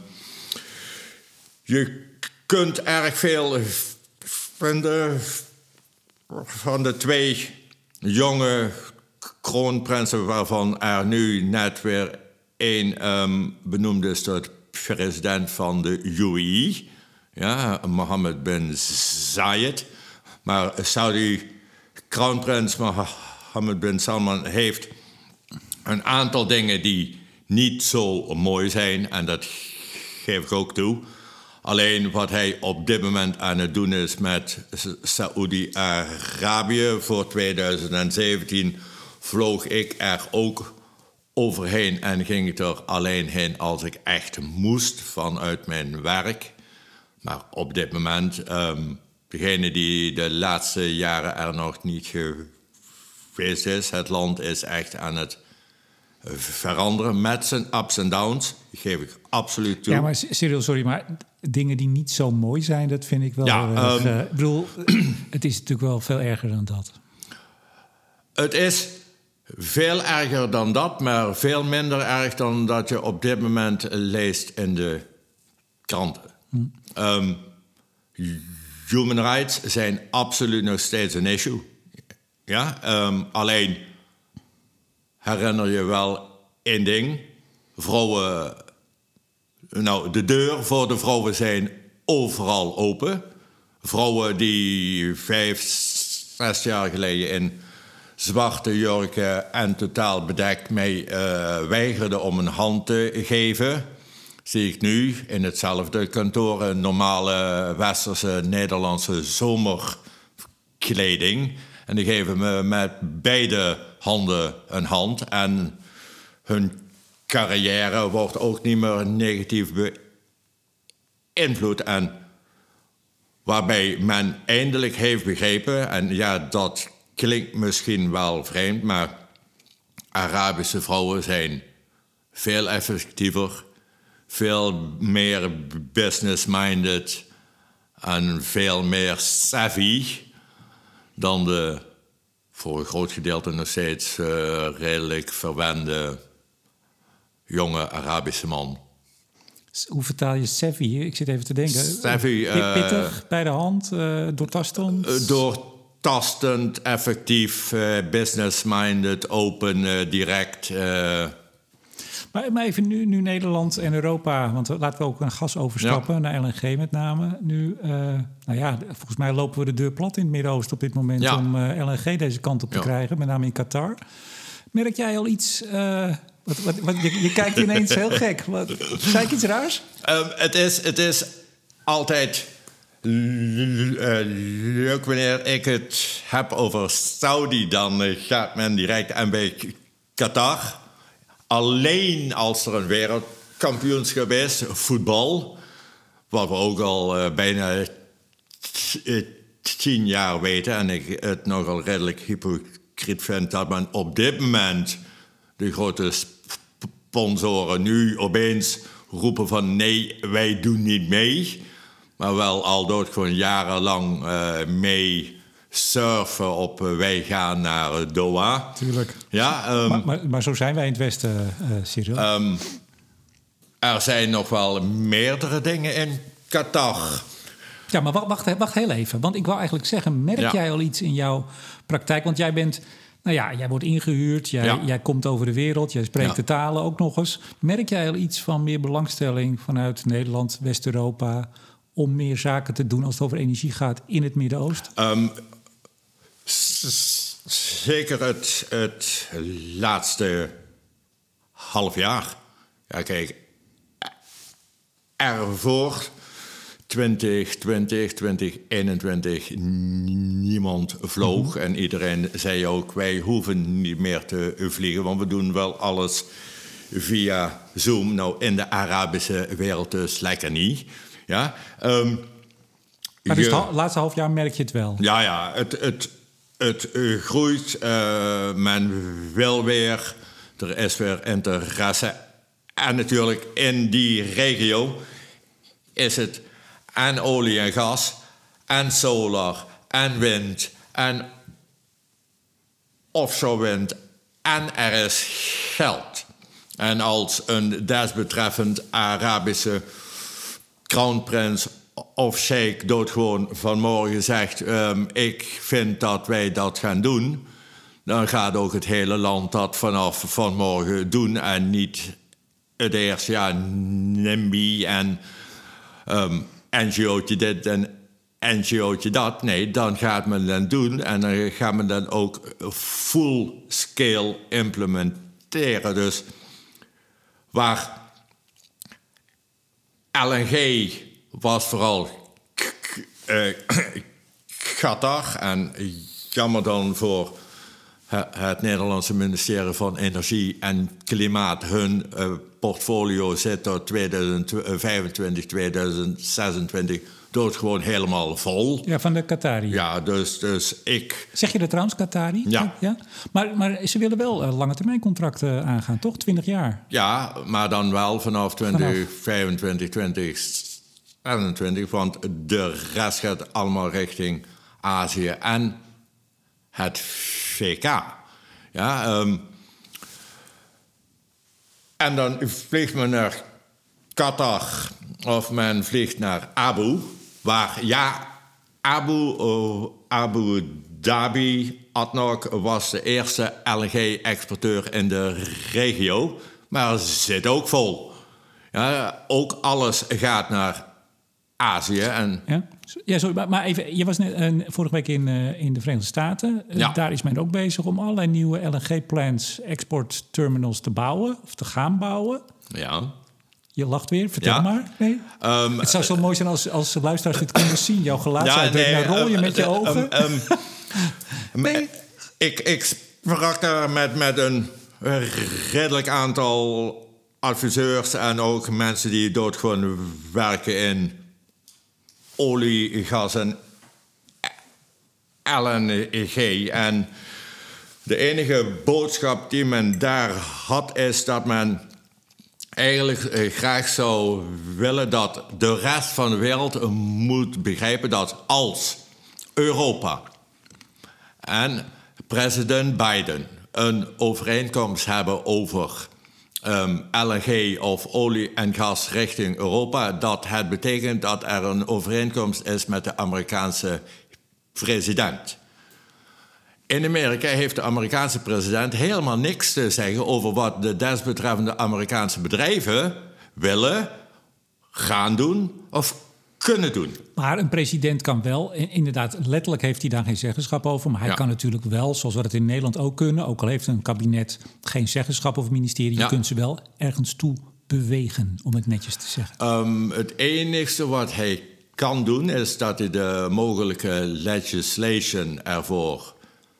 [SPEAKER 2] je kunt erg veel vinden van de twee jonge kroonprinsen, waarvan er nu net weer één um, benoemd is tot president van de U A E. Ja, Mohammed bin Zayed. Maar Saudi-kroonprins Mohammed bin Salman heeft een aantal dingen die niet zo mooi zijn. En dat geef ik ook toe. Alleen wat hij op dit moment aan het doen is met Saoedi-Arabië. Voor twintig zeventien vloog ik er ook overheen en ging ik er alleen heen als ik echt moest vanuit mijn werk. Maar op dit moment, um, degene die de laatste jaren er nog niet geweest is, het land is echt aan het veranderen met zijn ups en downs. Geef ik absoluut toe.
[SPEAKER 1] Ja, maar Cyril, sorry, maar dingen die niet zo mooi zijn, dat vind ik wel...
[SPEAKER 2] Ja,
[SPEAKER 1] erg,
[SPEAKER 2] um,
[SPEAKER 1] uh, ik bedoel, het is natuurlijk wel veel erger dan dat.
[SPEAKER 2] Het is veel erger dan dat, maar veel minder erg dan dat je op dit moment leest in de kranten. Hm. Um, human rights zijn absoluut nog steeds een issue. Ja, um, alleen herinner je wel één ding. Vrouwen, nou, de deur voor de vrouwen zijn overal open. Vrouwen die vijf, zes jaar geleden in zwarte jurken en totaal bedekt mij uh, weigerden om een hand te geven, zie ik nu in hetzelfde kantoor een normale westerse Nederlandse zomerkleding. En die geven me met beide handen een hand. En hun carrière wordt ook niet meer negatief beïnvloed. En waarbij men eindelijk heeft begrepen, en ja, dat klinkt misschien wel vreemd, maar Arabische vrouwen zijn veel effectiever, veel meer business-minded en veel meer savvy dan de voor een groot gedeelte nog steeds uh, redelijk verwende jonge Arabische man.
[SPEAKER 1] Hoe vertaal je savvy? Ik zit even te denken.
[SPEAKER 2] Savvy, uh,
[SPEAKER 1] pittig, bij de hand, uh, doortastend?
[SPEAKER 2] Uh, doortastend, effectief, uh, business-minded, open, uh, direct. Uh.
[SPEAKER 1] Maar, maar even nu, nu Nederland en Europa, want laten we ook een gas overstappen, ja, naar L N G met name. Nu, uh, nou ja, volgens mij lopen we de deur plat in het Midden-Oosten op dit moment, ja, om uh, L N G deze kant op te, ja, krijgen, met name in Qatar. Merk jij al iets? Uh, wat, wat, wat, je, je kijkt ineens heel gek. Wat, zei ik iets raars?
[SPEAKER 2] Um, het, is, het is altijd leuk wanneer ik het heb over Saudi, dan uh, gaat men direct aan bij Qatar. Alleen als er een wereldkampioenschap is, voetbal, wat we ook al uh, bijna t- uh, tien jaar weten, en ik het nogal redelijk hypocriet vind dat men op dit moment de grote sponsoren nu opeens roepen van nee, wij doen niet mee, maar wel al dood gewoon jarenlang uh, mee surfen op uh, wij gaan naar Doha.
[SPEAKER 1] Tuurlijk.
[SPEAKER 2] Ja, um,
[SPEAKER 1] maar, maar, maar zo zijn wij in het Westen, uh, Cyril.
[SPEAKER 2] Um, er zijn nog wel meerdere dingen in Qatar.
[SPEAKER 1] Ja, maar wacht, wacht, wacht heel even. Want ik wou eigenlijk zeggen, merk ja. jij al iets in jouw praktijk? Want jij bent, nou ja, jij wordt ingehuurd, jij, ja. jij komt over de wereld, jij spreekt ja. de talen ook nog eens. Merk jij al iets van meer belangstelling vanuit Nederland, West-Europa, om meer zaken te doen als het over energie gaat in het Midden-Oosten?
[SPEAKER 2] Um, s- zeker het, het laatste half jaar. Ja, kijk, ervoor twintig twintig, twintig eenentwintig niemand vloog. Mm-hmm. En iedereen zei ook, wij hoeven niet meer te vliegen, want we doen wel alles via Zoom. Nou, in de Arabische wereld dus lekker niet. Ja, um,
[SPEAKER 1] maar dus het laatste half jaar merk je het wel?
[SPEAKER 2] Ja, ja, het, het, het uh, groeit. Uh, men wil weer. Er is weer interesse. En natuurlijk in die regio is het en olie en gas en solar en wind en offshore wind en er is geld. En als een desbetreffend Arabische kroonprins of sheik doodgewoon vanmorgen zegt, um, ik vind dat wij dat gaan doen, dan gaat ook het hele land dat vanaf vanmorgen doen en niet het eerste jaar NIMBY en um, N G O'tje dit en N G O'tje dat. Nee, dan gaat men dat doen en dan gaat men dan ook full scale implementeren. Dus waar L N G was vooral k- k- uh, Qatar en jammer dan voor het Nederlandse ministerie van Energie en Klimaat, hun uh, portfolio zit tot tweeduizend vijfentwintig, tweeduizend zesentwintig doodgewoon helemaal vol.
[SPEAKER 1] Ja, van de Qatari.
[SPEAKER 2] Ja, dus, dus ik...
[SPEAKER 1] Zeg je dat trouwens, Qatari?
[SPEAKER 2] Ja.
[SPEAKER 1] ja? Maar, maar ze willen wel uh, lange termijn contracten aangaan, toch? twintig jaar?
[SPEAKER 2] Ja, maar dan wel vanaf twintig vijfentwintig, twintig zesentwintig, want de rest gaat allemaal richting Azië en het V K. Ja, um, en dan vliegt men naar Qatar of men vliegt naar Abu, waar ja, Abu, uh, Abu Dhabi, A D N O C, was de eerste L N G-exporteur in de regio, maar zit ook vol. Ja, ook alles gaat naar Azië. En
[SPEAKER 1] ja? Ja, sorry, maar, maar even, je was net, uh, vorige week in, uh, in de Verenigde Staten. Uh,
[SPEAKER 2] ja. Daar
[SPEAKER 1] is men ook bezig om allerlei nieuwe L N G-plants, exportterminals te bouwen of te gaan bouwen.
[SPEAKER 2] Ja.
[SPEAKER 1] Je lacht weer, vertel
[SPEAKER 2] ja.
[SPEAKER 1] maar. Nee? Um, het zou zo mooi zijn als, als luisteraars dit kunnen zien. Jouw gelaatsuitdrukking, ja, nee, dan rol je um, met je uh, ogen. Um,
[SPEAKER 2] um, nee. ik, ik sprak daar met, met een redelijk aantal adviseurs en ook mensen die doodgewoon werken in olie, gas en L N G. En de enige boodschap die men daar had is dat men eigenlijk eh, graag zou willen dat de rest van de wereld eh, moet begrijpen dat als Europa en president Biden een overeenkomst hebben over um, L N G of olie en gas richting Europa, dat het betekent dat er een overeenkomst is met de Amerikaanse president. In Amerika heeft de Amerikaanse president helemaal niks te zeggen over wat de desbetreffende Amerikaanse bedrijven willen, gaan doen of kunnen doen.
[SPEAKER 1] Maar een president kan wel, inderdaad, letterlijk heeft hij daar geen zeggenschap over, maar hij ja. kan natuurlijk wel, zoals we dat in Nederland ook kunnen, ook al heeft een kabinet geen zeggenschap over het ministerie, ja. je kunt ze wel ergens toe bewegen, om het netjes te zeggen.
[SPEAKER 2] Um, het enige wat hij kan doen is dat hij de mogelijke legislation ervoor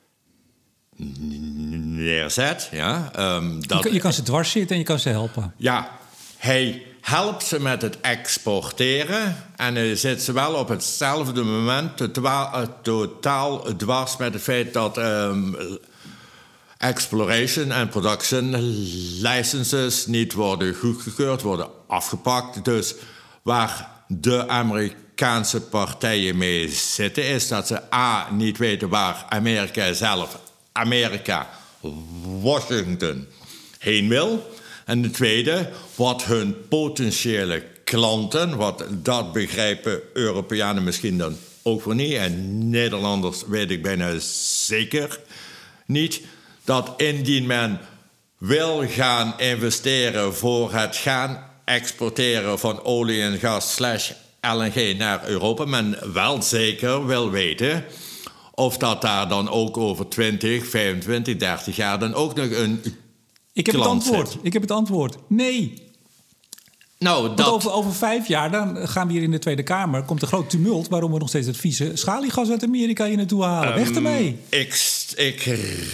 [SPEAKER 2] neerzet. Ja, um, dat,
[SPEAKER 1] je, kan, je kan ze dwars zitten en je kan ze helpen.
[SPEAKER 2] Ja, hij helpt ze met het exporteren en hij zit ze wel op hetzelfde moment totaal, totaal dwars met het feit dat um, exploration en production licenses niet worden goedgekeurd, worden afgepakt. Dus waar de Amerikaanse partijen mee zitten is dat ze a. niet weten waar Amerika zelf, Amerika, Washington, heen wil. En de tweede, wat hun potentiële klanten, wat dat begrijpen Europeanen misschien dan ook voor niet, en Nederlanders weet ik bijna zeker niet, dat indien men wil gaan investeren voor het gaan exporteren van olie en gas slash L N G naar Europa, men wel zeker wil weten of dat daar dan ook over twintig, vijfentwintig, dertig jaar dan ook nog een
[SPEAKER 1] Ik heb het antwoord. Zit. Ik heb het antwoord. Nee.
[SPEAKER 2] Nou, dat...
[SPEAKER 1] over, over vijf jaar dan gaan we hier in de Tweede Kamer, komt een groot tumult waarom we nog steeds het vieze schaliegas uit Amerika hier naartoe halen. Um, Weg ermee.
[SPEAKER 2] Ik, ik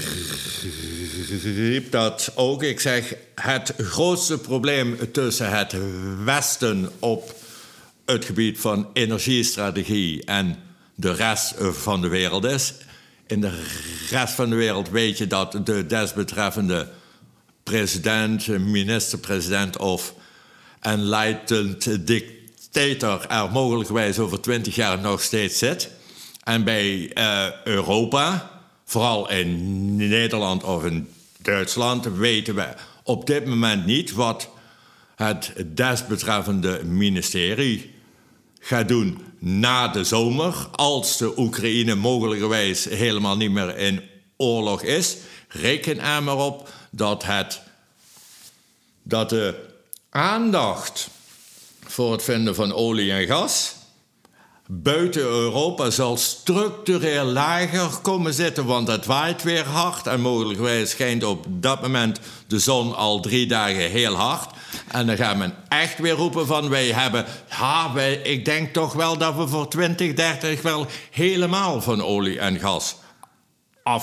[SPEAKER 2] riep dat ook. Ik zeg, het grootste probleem tussen het Westen op het gebied van energiestrategie en de rest van de wereld is. In de rest van de wereld weet je dat de desbetreffende president, minister-president of een leidend dictator er mogelijkwijs over twintig jaar nog steeds zit. En bij uh, Europa, vooral in Nederland of in Duitsland, weten we op dit moment niet wat het desbetreffende ministerie gaat doen na de zomer, als de Oekraïne mogelijkerwijs helemaal niet meer in oorlog is. Reken er maar op dat, het, dat de aandacht voor het vinden van olie en gas buiten Europa zal structureel lager komen zitten, want het waait weer hard en mogelijkwijs schijnt op dat moment de zon al drie dagen heel hard. En dan gaat men echt weer roepen van wij hebben, ja, wij, ik denk toch wel dat we voor twintig, dertig wel helemaal van olie en gas af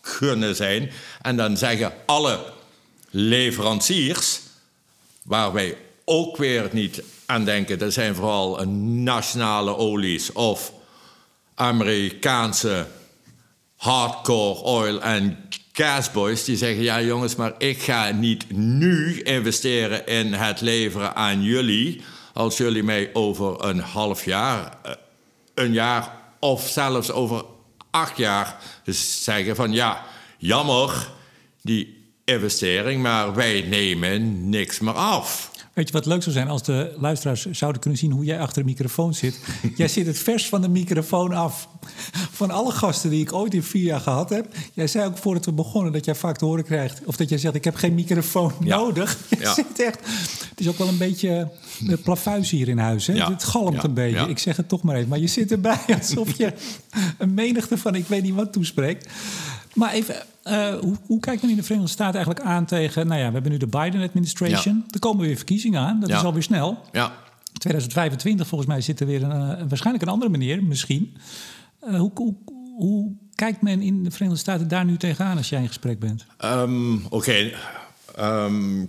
[SPEAKER 2] kunnen zijn. En dan zeggen alle leveranciers, waar wij ook weer niet aan denken, dat zijn vooral nationale olies of Amerikaanse hardcore oil en gasboys, die zeggen, ja jongens, maar ik ga niet nu investeren in het leveren aan jullie, als jullie mij over een half jaar, een jaar of zelfs over acht jaar zeggen van ja, jammer die investering, maar wij nemen niks meer af.
[SPEAKER 1] Weet je wat leuk zou zijn als de luisteraars zouden kunnen zien hoe jij achter de microfoon zit? Jij zit het vers van de microfoon af. Van alle gasten die ik ooit in vier jaar gehad heb. Jij zei ook voordat we begonnen dat jij vaak te horen krijgt, of dat jij zegt, ik heb geen microfoon ja. nodig. Je ja. zit echt. Het is ook wel een beetje de plafuis hier in huis. Hè? Ja. Het galmt ja. een beetje. Ja. Ik zeg het toch maar even. Maar je zit erbij alsof je een menigte van ik weet niet wat toespreekt. Maar even, uh, hoe, hoe kijkt men in de Verenigde Staten eigenlijk aan tegen... Nou ja, we hebben nu de Biden-administration. Ja. Er komen weer verkiezingen aan. Dat ja. is alweer snel.
[SPEAKER 2] Ja.
[SPEAKER 1] tweeduizend vijfentwintig volgens mij zit er weer een, een, waarschijnlijk een andere meneer, misschien. Uh, hoe, hoe, hoe kijkt men in de Verenigde Staten daar nu tegenaan als jij in gesprek bent?
[SPEAKER 2] Um, Oké. Okay. Um,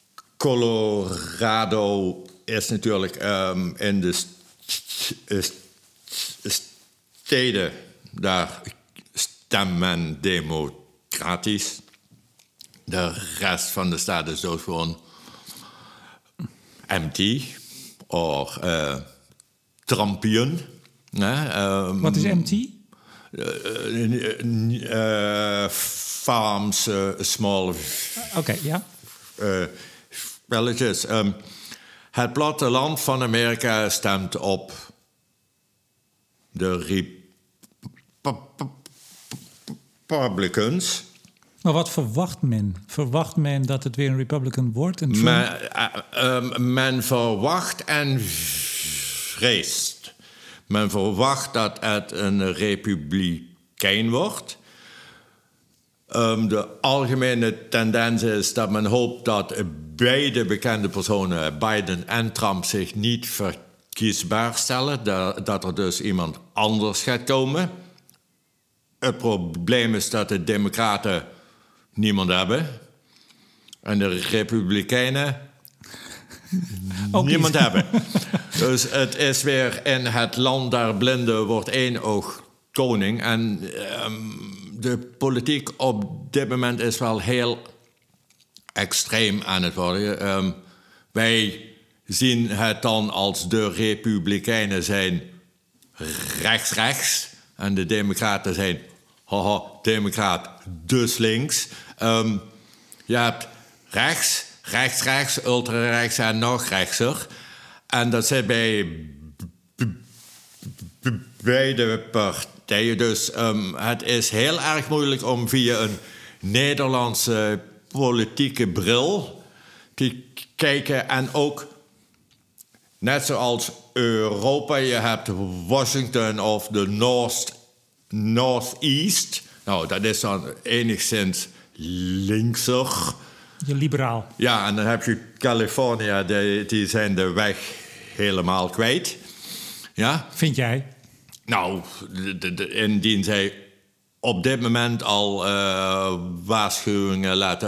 [SPEAKER 2] Colorado is natuurlijk um, in de st- st- steden daar... stemt men democratisch. De rest van de staat is dus gewoon empty. Of uh, Trumpian. Nee, um,
[SPEAKER 1] Wat is empty?
[SPEAKER 2] Uh, uh, uh, farms, uh, small...
[SPEAKER 1] Oké, okay, ja.
[SPEAKER 2] Uh, villages. Um, het platteland van Amerika stemt op de Republicans.
[SPEAKER 1] Maar wat verwacht men? Verwacht men dat het weer een Republican wordt? En Trump...
[SPEAKER 2] men, uh, uh, men verwacht en vreest. Men verwacht dat het een republikein wordt. Um, de algemene tendens is dat men hoopt dat beide bekende personen, Biden en Trump, zich niet verkiesbaar stellen. Dat, dat er dus iemand anders gaat komen. Het probleem is dat de Democraten niemand hebben. En de Republikeinen ook niemand niet. hebben. Dus het is weer in het land daar blinde wordt één oog koning. En um, de politiek op dit moment is wel heel extreem aan het worden. Um, wij zien het dan als de Republikeinen zijn rechts-rechts. En de Democraten zijn, haha, Democraat, dus links. Um, je hebt rechts, rechts-rechts, ultra-rechts en nog rechtser. En dat zit bij b- b- beide partijen. Dus um, het is heel erg moeilijk om via een Nederlandse politieke bril te kijken. En ook, net zoals Europa, je hebt Washington of de North, Northeast. Nou, dat is dan enigszins linkser.
[SPEAKER 1] Je liberaal.
[SPEAKER 2] Ja, en dan heb je Californië, die, die zijn de weg helemaal kwijt. Ja?
[SPEAKER 1] Vind jij?
[SPEAKER 2] Nou, de, de, de, indien zij op dit moment al uh, waarschuwingen laten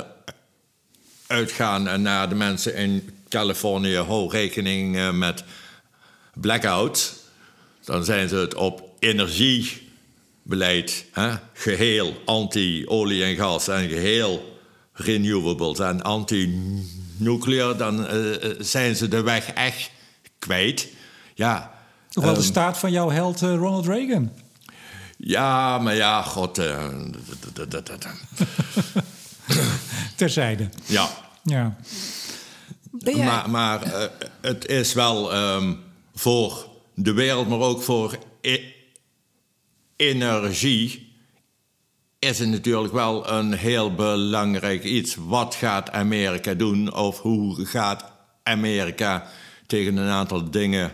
[SPEAKER 2] uitgaan naar de mensen in Californië, hou rekening uh, met blackout, dan zijn ze het op energiebeleid, hè? Geheel anti-olie en gas en geheel renewables en anti-nuclear, dan uh, zijn ze de weg echt kwijt. Ja.
[SPEAKER 1] Toch wel um, de staat van jouw held uh, Ronald Reagan.
[SPEAKER 2] Ja, maar ja, god. Uh,
[SPEAKER 1] Terzijde.
[SPEAKER 2] Ja.
[SPEAKER 1] Ja.
[SPEAKER 2] Jij... Maar, maar uh, het is wel um, voor de wereld, maar ook voor e- energie, is het natuurlijk wel een heel belangrijk iets. Wat gaat Amerika doen? Of hoe gaat Amerika tegen een aantal dingen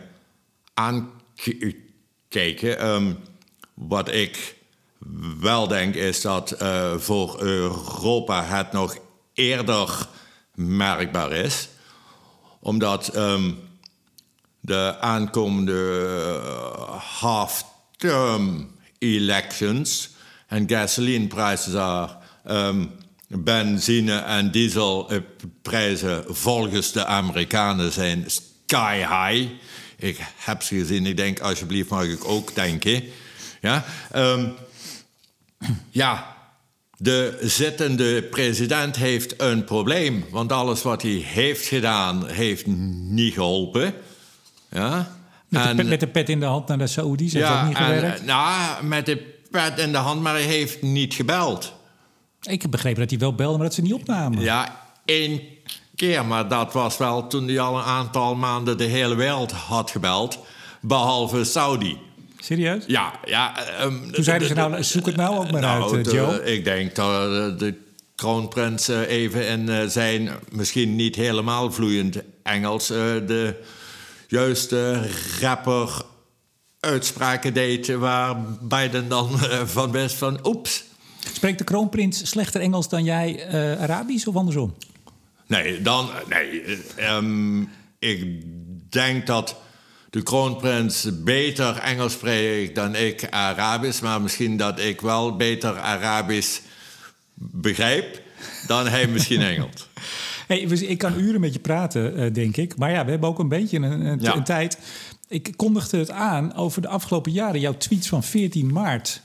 [SPEAKER 2] aankijken? Um, wat ik wel denk is dat uh, voor Europa het nog eerder merkbaar is. Omdat um, de aankomende uh, half-term elections, en gasolineprijzen daar, um, benzine- en dieselprijzen volgens de Amerikanen zijn sky high. Ik heb ze gezien, ik denk, alsjeblieft mag ik ook denken. Ja, um, ja, de zittende president heeft een probleem. Want alles wat hij heeft gedaan, heeft niet geholpen. Ja.
[SPEAKER 1] Met,
[SPEAKER 2] en,
[SPEAKER 1] de pet, met de pet in de hand naar de Saoedi's heeft
[SPEAKER 2] ja,
[SPEAKER 1] ook niet gewerkt.
[SPEAKER 2] En, nou, met de pet in de hand, maar hij heeft niet gebeld.
[SPEAKER 1] Ik heb begrepen dat hij wel belde, maar dat ze niet opnamen.
[SPEAKER 2] Ja, één keer, maar dat was wel toen hij al een aantal maanden de hele wereld had gebeld. Behalve Saudi.
[SPEAKER 1] Serieus?
[SPEAKER 2] Ja, ja. Um,
[SPEAKER 1] Toen zeiden ze nou, zoek het nou ook maar
[SPEAKER 2] nou,
[SPEAKER 1] uit, uh, Joe.
[SPEAKER 2] De, ik denk dat de kroonprins uh, even in uh, zijn, misschien niet helemaal vloeiend Engels, uh, de juiste rapper uitspraken deed waar Biden dan uh, van wist van oeps.
[SPEAKER 1] Spreekt de kroonprins slechter Engels dan jij uh, Arabisch of andersom?
[SPEAKER 2] Nee, dan, nee um, ik denk dat de kroonprins beter Engels spreekt dan ik Arabisch, maar misschien dat ik wel beter Arabisch begrijp dan hij misschien Engels.
[SPEAKER 1] Hey, ik kan uren met je praten, denk ik. Maar ja, we hebben ook een beetje een, een, ja. een tijd. Ik kondigde het aan over de afgelopen jaren. Jouw tweets van veertien maart.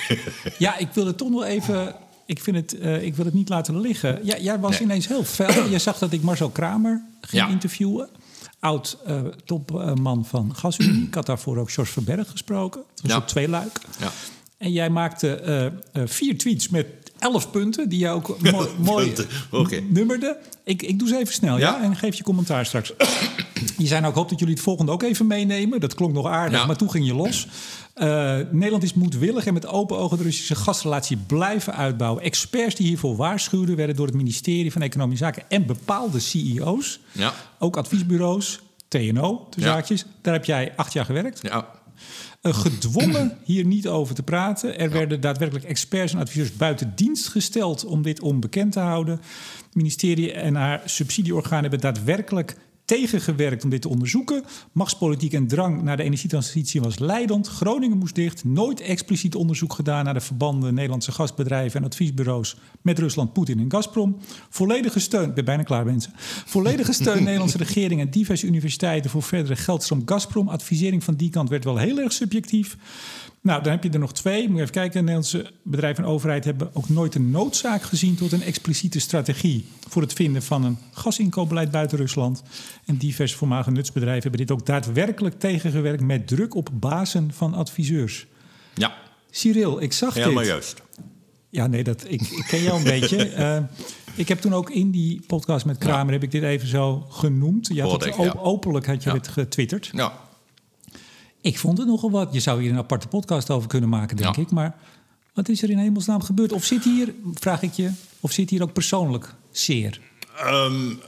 [SPEAKER 1] Ja, ik wil het toch nog even. Ik, vind het, uh, ik wil het niet laten liggen. Ja, jij was nee. ineens heel fel. Je zag dat ik Marcel Kramer ging ja. interviewen. Oud uh, topman van GasUnie. Ik had daarvoor ook George Verberg gesproken. Dat was ja. op twee luik. Ja. En jij maakte uh, uh, vier tweets met elf punten... die je ook mooi, mooi okay. nummerde. Ik, ik doe ze even snel, ja? ja? En geef je commentaar straks. Je zei nou, ik hoop dat jullie het volgende ook even meenemen. Dat klonk nog aardig, ja. maar toen ging je los. Uh, Nederland is moedwillig en met open ogen de Russische gasrelatie blijven uitbouwen. Experts die hiervoor waarschuwden werden door het ministerie van Economische Zaken en bepaalde C E O's. Ja. Ook adviesbureaus, T N O, de zaakjes. Ja. Daar heb jij acht jaar gewerkt.
[SPEAKER 2] Ja.
[SPEAKER 1] Uh, gedwongen hier niet over te praten. Er ja. werden daadwerkelijk experts en adviseurs buiten dienst gesteld om dit onbekend te houden. Het ministerie en haar subsidieorganen hebben daadwerkelijk tegengewerkt om dit te onderzoeken. Machtspolitiek en drang naar de energietransitie was leidend. Groningen moest dicht. Nooit expliciet onderzoek gedaan naar de verbanden Nederlandse gasbedrijven en adviesbureaus met Rusland, Poetin en Gazprom. Volledige steun, ik ben bijna klaar mensen. Volledige steun Nederlandse regering en diverse universiteiten voor verdere geldstroom Gazprom. Advisering van die kant werd wel heel erg subjectief. Nou, dan heb je er nog twee. Moet je even kijken. De Nederlandse bedrijven en overheid hebben ook nooit een noodzaak gezien tot een expliciete strategie voor het vinden van een gasinkoopbeleid buiten Rusland. En diverse voormalige nutsbedrijven hebben dit ook daadwerkelijk tegengewerkt met druk op bazen van adviseurs.
[SPEAKER 2] Ja.
[SPEAKER 1] Cyril, ik zag
[SPEAKER 2] Helemaal
[SPEAKER 1] dit.
[SPEAKER 2] Helemaal juist.
[SPEAKER 1] Ja, nee, dat, ik, ik ken jou een beetje. Uh, ik heb toen ook in die podcast met Kramer ja. heb ik dit even zo genoemd. Je had het
[SPEAKER 2] ik,
[SPEAKER 1] op,
[SPEAKER 2] ja.
[SPEAKER 1] openlijk had je
[SPEAKER 2] ja.
[SPEAKER 1] het getwitterd.
[SPEAKER 2] Ja.
[SPEAKER 1] Ik vond het nogal wat. Je zou hier een aparte podcast over kunnen maken, denk ja. ik. Maar wat is er in hemelsnaam gebeurd? Of zit hier, vraag ik je, of zit hier ook persoonlijk zeer?
[SPEAKER 2] Um,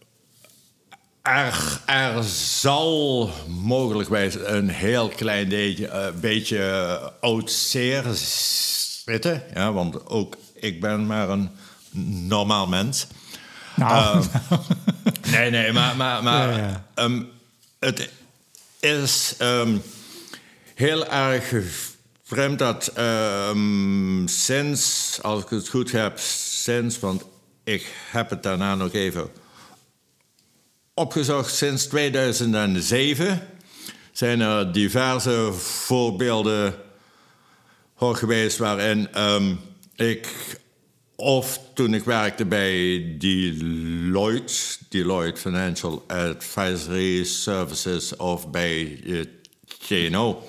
[SPEAKER 2] er, er zal mogelijkwijs een heel klein beetje, uh, beetje uh, oud zeer zitten. Ja, want ook ik ben maar een normaal mens.
[SPEAKER 1] Nou.
[SPEAKER 2] Uh, nee, nee, maar, maar, maar ja, ja. Um, het is um, heel erg vreemd dat um, sinds, als ik het goed heb, sinds, want ik heb het daarna nog even opgezocht, sinds tweeduizend zeven zijn er diverse voorbeelden voor geweest waarin um, ik, of toen ik werkte bij Deloitte, Deloitte Financial Advisory Services of bij uh, T N O.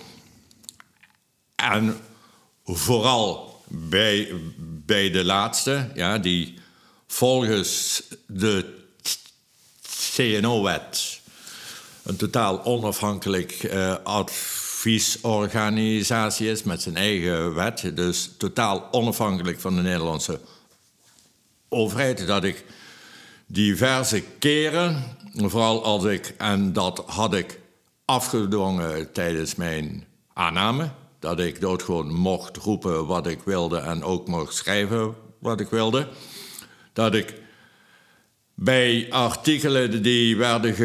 [SPEAKER 2] En vooral bij, bij de laatste, ja, die volgens de T N O-wet een totaal onafhankelijk uh, adviesorganisatie is met zijn eigen wet. Dus totaal onafhankelijk van de Nederlandse overheid. Dat ik diverse keren, vooral als ik, en dat had ik afgedwongen tijdens mijn aanname, dat ik doodgewoon mocht roepen wat ik wilde en ook mocht schrijven wat ik wilde. Dat ik bij artikelen die werden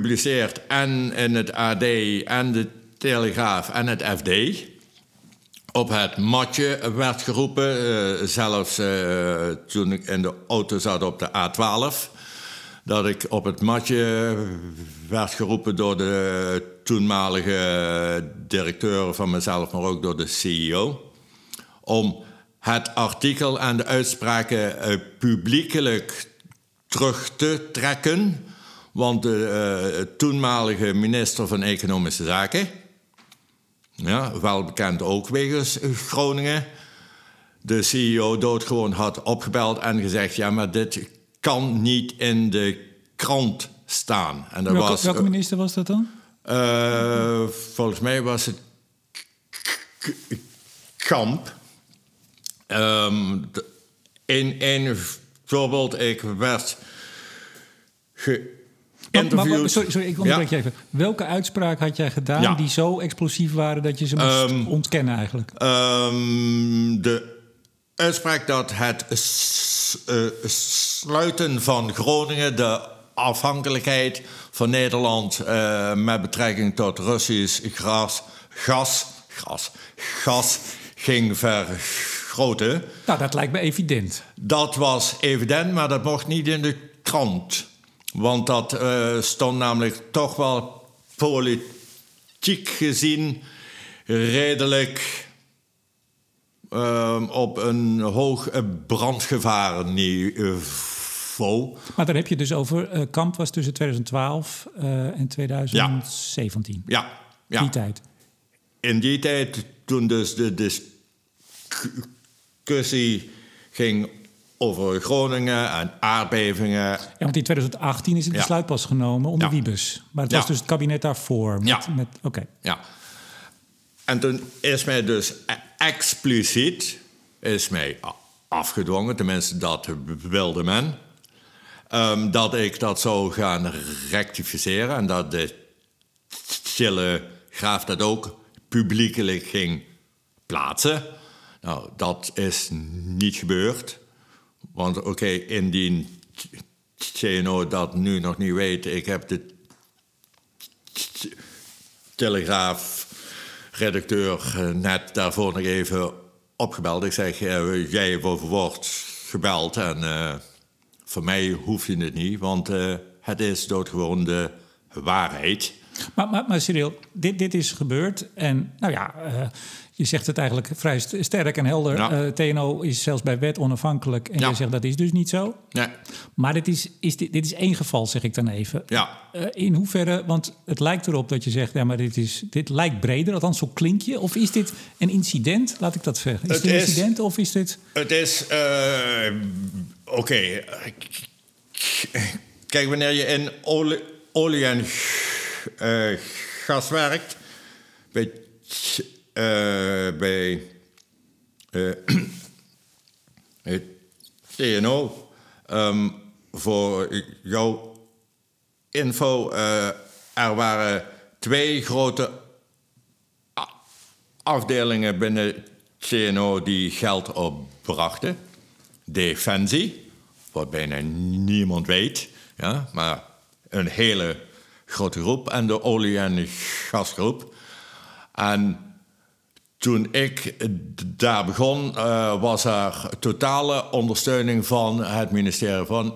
[SPEAKER 2] gepubliceerd en in het A D en de Telegraaf en het F D op het matje werd geroepen. Uh, zelfs uh, toen ik in de auto zat op de A twaalf... dat ik op het matje werd geroepen door de toenmalige directeur van mezelf... maar ook door de C E O... om het artikel en de uitspraken uh, publiekelijk terug te trekken... want de uh, toenmalige minister van Economische Zaken... ja, wel bekend ook wegens Groningen... de C E O doodgewoon had opgebeld en gezegd... ja, maar dit kan niet in de krant staan. En dat
[SPEAKER 1] welke,
[SPEAKER 2] was,
[SPEAKER 1] welke minister was dat dan?
[SPEAKER 2] Uh, volgens mij was het Kamp. Um, in een voorbeeld, ik werd geïnterviewd...
[SPEAKER 1] Maar, maar, sorry, sorry, ik onderbreek
[SPEAKER 2] ja.
[SPEAKER 1] je even. Welke uitspraak had jij gedaan ja. die zo explosief waren... dat je ze moest um, ontkennen eigenlijk?
[SPEAKER 2] Um, de uitspraak dat het s- uh, sluiten van Groningen... de afhankelijkheid van Nederland uh, met betrekking tot Russisch gas, gas, gas, gas ging vergroten.
[SPEAKER 1] Nou, dat lijkt me evident.
[SPEAKER 2] Dat was evident, maar dat mocht niet in de krant. Want dat uh, stond namelijk toch wel politiek gezien redelijk uh, op een hoog brandgevaarniveau.
[SPEAKER 1] Maar daar heb je dus over... Uh, Kamp was tussen twintig twaalf uh, en twintig zeventien.
[SPEAKER 2] Ja. ja, ja.
[SPEAKER 1] Die tijd.
[SPEAKER 2] In die tijd, toen dus de discussie ging over Groningen en aardbevingen...
[SPEAKER 1] Ja, want in twintig achttien is het besluit ja. pas genomen onder ja. Wiebes. Maar het was ja. dus het kabinet daarvoor. Met,
[SPEAKER 2] ja.
[SPEAKER 1] met, Oké. Okay.
[SPEAKER 2] Ja. En toen is mij dus expliciet is mij afgedwongen... tenminste, dat wilde men... Um, dat ik dat zou gaan rectificeren... en dat de Telegraaf dat ook publiekelijk ging plaatsen. Nou, dat is niet gebeurd. Want oké, okay, indien T N O dat nu nog niet weet... ik heb de Telegraaf-redacteur net daarvoor nog even opgebeld. Ik zeg, uh, jij wordt gebeld en... Uh, voor mij hoef je het niet, want uh, het is doodgewoon de waarheid.
[SPEAKER 1] Maar, maar, maar Cyril, dit, dit is gebeurd. En nou ja, uh, je zegt het eigenlijk vrij sterk en helder. Ja. Uh, T N O is zelfs bij wet onafhankelijk. En ja. jij zegt dat is dus niet zo.
[SPEAKER 2] Nee.
[SPEAKER 1] Maar dit is, is, dit, dit is één geval, zeg ik dan even.
[SPEAKER 2] Ja.
[SPEAKER 1] Uh, in hoeverre, want het lijkt erop dat je zegt... ja, maar dit, is, dit lijkt breder, althans zo klink je. Of is dit een incident? Laat ik dat zeggen. Is het een incident of is dit...
[SPEAKER 2] Het is... Uh, Oké. Okay. Kijk, wanneer je in olie, olie en uh, gas werkt... bij, uh, bij uh, T N O... Um, voor jouw info... Uh, er waren twee grote afdelingen binnen T N O... die geld opbrachten. Defensie... wat bijna niemand weet, ja, maar een hele grote groep... en de olie- en gasgroep. En toen ik daar begon, uh, was er totale ondersteuning... van het ministerie van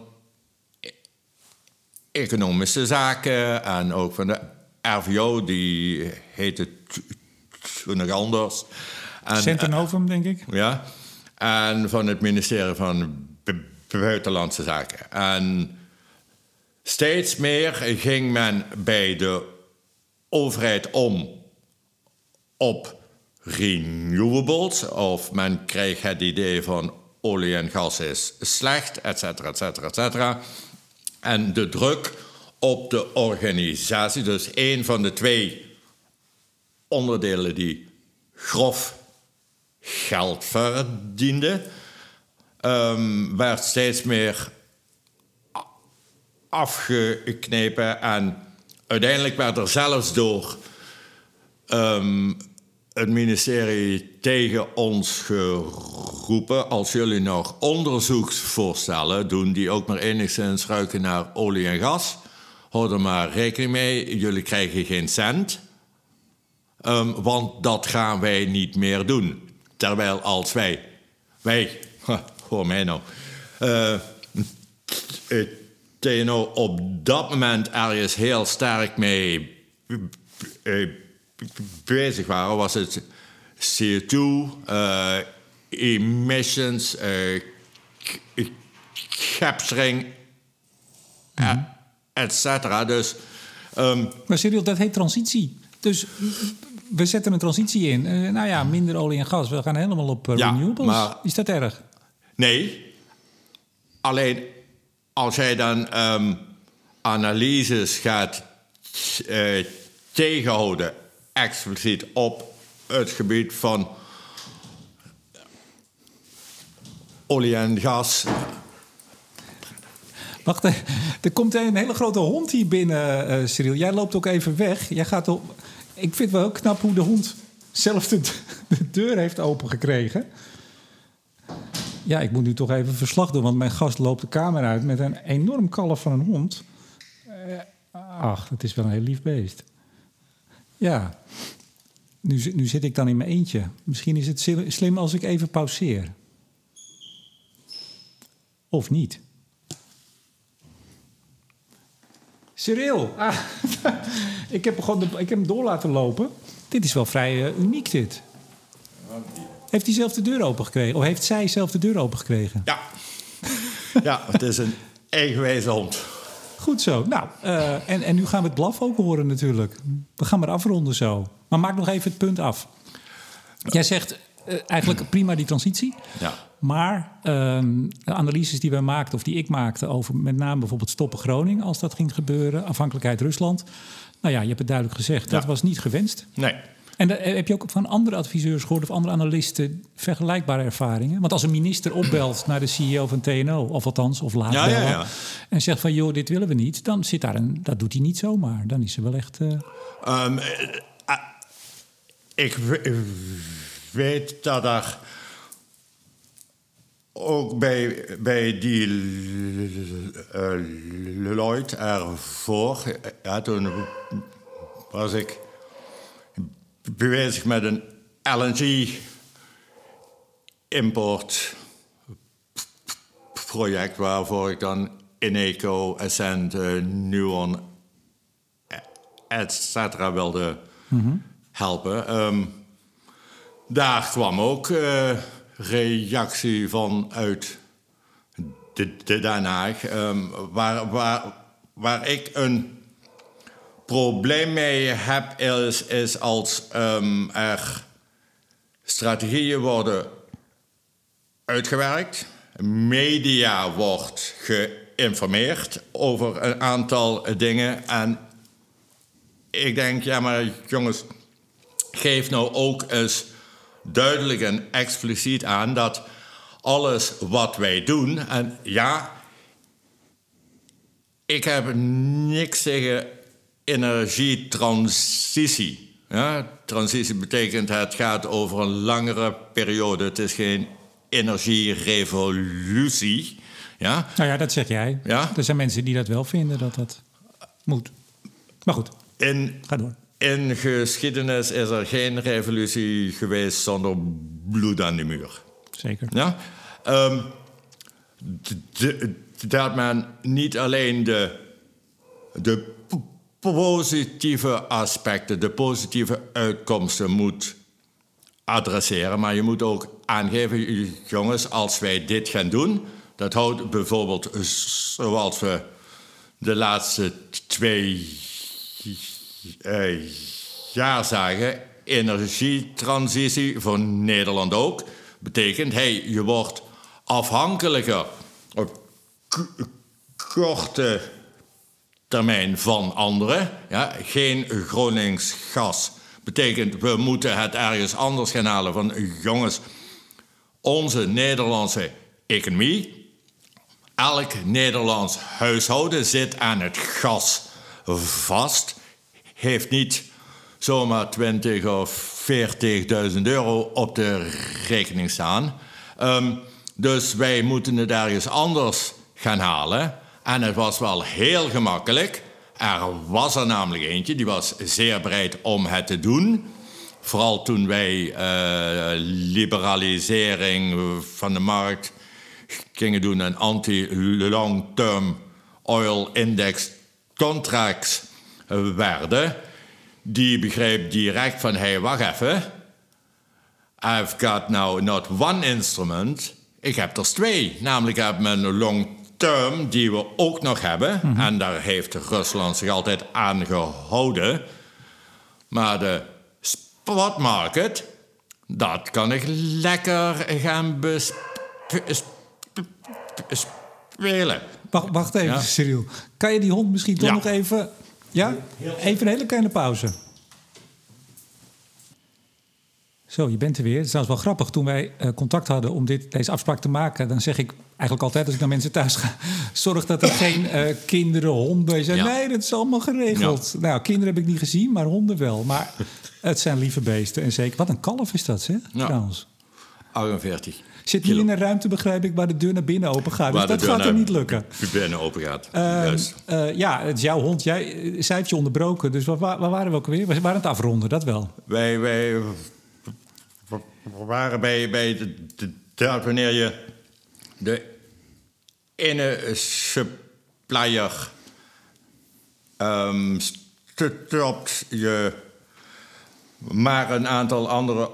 [SPEAKER 2] Economische Zaken... en ook van de R V O, die heette toen nog anders.
[SPEAKER 1] Centenovum, denk ik.
[SPEAKER 2] Ja, en van het ministerie van... Buitenlandse Zaken. En steeds meer ging men bij de overheid om op renewables... of men kreeg het idee van olie en gas is slecht, et cetera, et cetera, et cetera. En de druk op de organisatie, dus een van de twee onderdelen die grof geld verdiende... Um, werd steeds meer afgeknepen. En uiteindelijk werd er zelfs door um, het ministerie tegen ons geroepen... als jullie nog onderzoeksvoorstellen doen... die ook maar enigszins ruiken naar olie en gas... houd er maar rekening mee, jullie krijgen geen cent... Um, want dat gaan wij niet meer doen. terwijl als wij, wij, hoor mij nou, uh, T N O op dat moment ergens heel sterk mee uh, bezig waren, was het C O twee, uh, emissions, uh, capturing, mm-hmm. et cetera. Dus, um,
[SPEAKER 1] maar Cyril, dat heet transitie. Dus we zetten een transitie in. Uh, nou ja, minder olie en gas. We gaan helemaal op uh,
[SPEAKER 2] ja,
[SPEAKER 1] renewables. Maar, is dat erg?
[SPEAKER 2] Nee. Alleen als jij dan um, analyses gaat uh, tegenhouden, expliciet op het gebied van olie en gas.
[SPEAKER 1] Wacht, er komt een hele grote hond hier binnen, uh, Cyril. Jij loopt ook even weg. Jij gaat op... Ik vind het wel heel knap hoe de hond zelf de, de deur heeft opengekregen. Ja, ik moet nu toch even verslag doen, want mijn gast loopt de kamer uit met een enorm kalf van een hond. Uh, ach, het is wel een heel lief beest. Ja, nu, nu zit ik dan in mijn eentje. Misschien is het slim als ik even pauzeer. Of niet. Cyril, ah, ik, heb gewoon de, ik heb hem door laten lopen. Dit is wel vrij uh, uniek, dit. Heeft hij zelf de deur open gekregen? Of heeft zij zelf de deur open gekregen?
[SPEAKER 2] Ja, ja, het is een eigenwijze hond.
[SPEAKER 1] Goed zo. Nou, uh, en, en nu gaan we het blaf ook horen natuurlijk. We gaan maar afronden zo. Maar maak nog even het punt af. Jij zegt uh, eigenlijk prima die transitie.
[SPEAKER 2] Ja.
[SPEAKER 1] Maar um, de analyses die wij maakten, of die ik maakte... over met name bijvoorbeeld stoppen Groningen, als dat ging gebeuren... afhankelijkheid Rusland. Nou ja, je hebt het duidelijk gezegd. Dat ja. was niet gewenst.
[SPEAKER 2] Nee.
[SPEAKER 1] En uh, heb je ook van andere adviseurs gehoord... of andere analisten vergelijkbare ervaringen? Want als een minister opbelt naar de C E O van T N O... of althans, of laat
[SPEAKER 2] ja,
[SPEAKER 1] bellen...
[SPEAKER 2] Ja, ja.
[SPEAKER 1] en zegt van, joh, dit willen we niet... dan zit daar een... dat doet hij niet zomaar. Dan is er wel echt... Uh...
[SPEAKER 2] Um, uh, ik weet dat er... ook bij, bij die uh, Lloyd ervoor... Ja, toen was ik bezig met een L N G-importproject... waarvoor ik dan Eneco, Essent, uh, Nuon, et cetera wilde mm-hmm. helpen. Um, daar kwam ook... Uh, reactie vanuit de, de Den Haag. Um, waar, waar, waar ik een probleem mee heb, is, is als um, er strategieën worden uitgewerkt, media wordt geïnformeerd over een aantal dingen. En ik denk, ja, maar jongens, geef nou ook eens duidelijk en expliciet aan dat alles wat wij doen... en ja, ik heb niks tegen energietransitie. Ja, transitie betekent het gaat over een langere periode. Het is geen energierevolutie. Ja?
[SPEAKER 1] Nou ja, dat zeg jij.
[SPEAKER 2] Ja?
[SPEAKER 1] Er zijn mensen die dat wel vinden, dat dat moet. Maar goed,
[SPEAKER 2] In,
[SPEAKER 1] ga door.
[SPEAKER 2] In geschiedenis is er geen revolutie geweest zonder bloed aan de muur.
[SPEAKER 1] Zeker.
[SPEAKER 2] Ja? Um, de, de, dat men niet alleen de, de positieve aspecten, de positieve uitkomsten moet adresseren, maar je moet ook aangeven, jongens, als wij dit gaan doen, dat houdt bijvoorbeeld zoals we de laatste twee uh, jaar zagen, energietransitie voor Nederland ook, betekent, hey, je wordt afhankelijker op k- korte termijn van anderen. Ja, geen Gronings gas betekent, we moeten het ergens anders gaan halen. Van jongens, onze Nederlandse economie, elk Nederlands huishouden zit aan het gas vast, heeft niet zomaar twintig of veertigduizend euro op de rekening staan. Um, dus wij moeten het ergens anders gaan halen. En het was wel heel gemakkelijk. Er was er namelijk eentje, die was zeer bereid om het te doen. vooral toen wij uh, liberalisering van de markt gingen doen en anti-long-term oil index contracts werden, die begreep direct van, hey, wacht even, I've got now not one instrument, ik heb er twee. Namelijk heb ik een long-term die we ook nog hebben, mm-hmm. en daar heeft Rusland zich altijd aan gehouden. Maar de spot market, dat kan ik lekker gaan bespelen.
[SPEAKER 1] Wacht, wacht even, ja. Cyril. Kan je die hond misschien toch ja. nog even... Ja? Even een hele kleine pauze. Zo, je bent er weer. Het is trouwens wel grappig. Toen wij uh, contact hadden om dit, deze afspraak te maken, dan zeg ik eigenlijk altijd als ik naar mensen thuis ga, zorg dat er geen uh, kinderen, honden zijn. Ja. Nee, dat is allemaal geregeld. Ja. Nou, kinderen heb ik niet gezien, maar honden wel. Maar het zijn lieve beesten. En zeker, wat een kalf is dat, hè?
[SPEAKER 2] Ja.
[SPEAKER 1] Trouwens.
[SPEAKER 2] achtenveertig.
[SPEAKER 1] Zit hier in een ruimte, begrijp ik, waar de deur naar binnen open gaat. Dus dat gaat er niet lukken.
[SPEAKER 2] Binnen open gaat, uh,
[SPEAKER 1] juist. Uh, ja, het is jouw hond. Jij, zij heeft je onderbroken. Dus waar, waar waren we ook weer? We waren het afronden, dat wel.
[SPEAKER 2] Wij, wij we waren bij, bij de, de, de, wanneer je de ene supplier um, stopt, je maar een aantal andere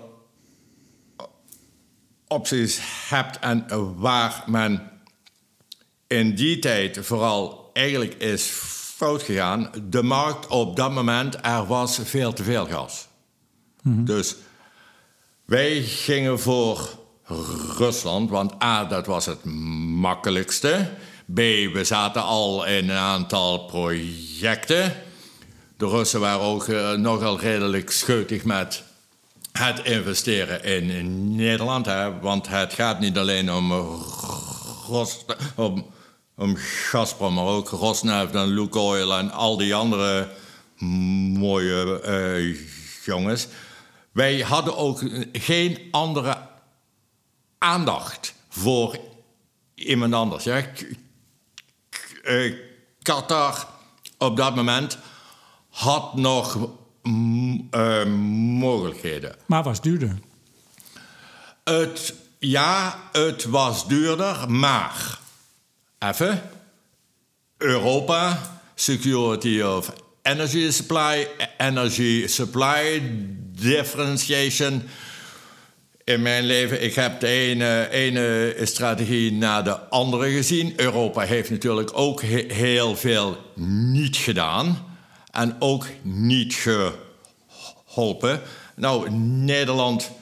[SPEAKER 2] opties hebt en waar men in die tijd vooral eigenlijk is fout gegaan. De markt op dat moment, er was veel te veel gas. Mm-hmm. Dus wij gingen voor Rusland, want A, dat was het makkelijkste. B, we zaten al in een aantal projecten. De Russen waren ook uh, nogal redelijk scheutig met het investeren in Nederland. Hè? Want het gaat niet alleen om, Ros, om, om Gazprom, maar ook Rosneft en Lukoil en al die andere mooie uh, jongens. Wij hadden ook geen andere aandacht voor iemand anders. Ja? Uh, Qatar op dat moment had nog m- uh, mogelijkheden.
[SPEAKER 1] Maar was duurder?
[SPEAKER 2] Het, ja, het was duurder, maar even. Europa, security of energy supply, energy supply differentiation. In mijn leven, ik heb de ene, ene strategie na de andere gezien. Europa heeft natuurlijk ook he- heel veel niet gedaan. En ook niet geholpen. Nou, Nederland,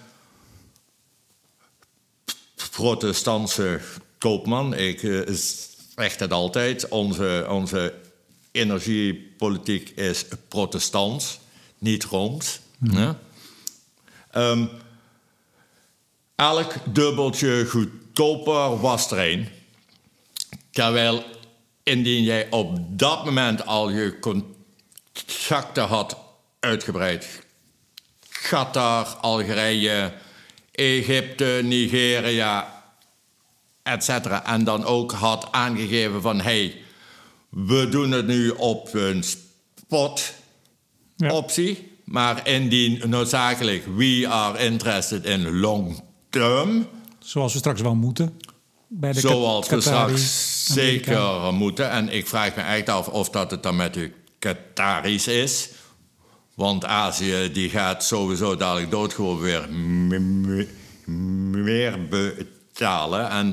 [SPEAKER 2] protestantse koopman, ik uh, zeg het altijd. Onze, onze energiepolitiek is protestants, niet rooms. Mm. Ja? Um, elk dubbeltje goedkoper was er een. Terwijl, indien jij op dat moment al je contacten had uitgebreid. Qatar, Algerije, Egypte, Nigeria, et cetera. En dan ook had aangegeven van, hey, we doen het nu op een spot optie. Ja. Maar indien noodzakelijk, we are interested in long term.
[SPEAKER 1] Zoals we straks wel moeten. Bij de
[SPEAKER 2] Zoals
[SPEAKER 1] Qatari,
[SPEAKER 2] we straks zeker Amerikaan. moeten. En ik vraag me echt af of dat het dan met de Qataris is. Want Azië die gaat sowieso dadelijk doodgewoon weer m- m- meer betalen. En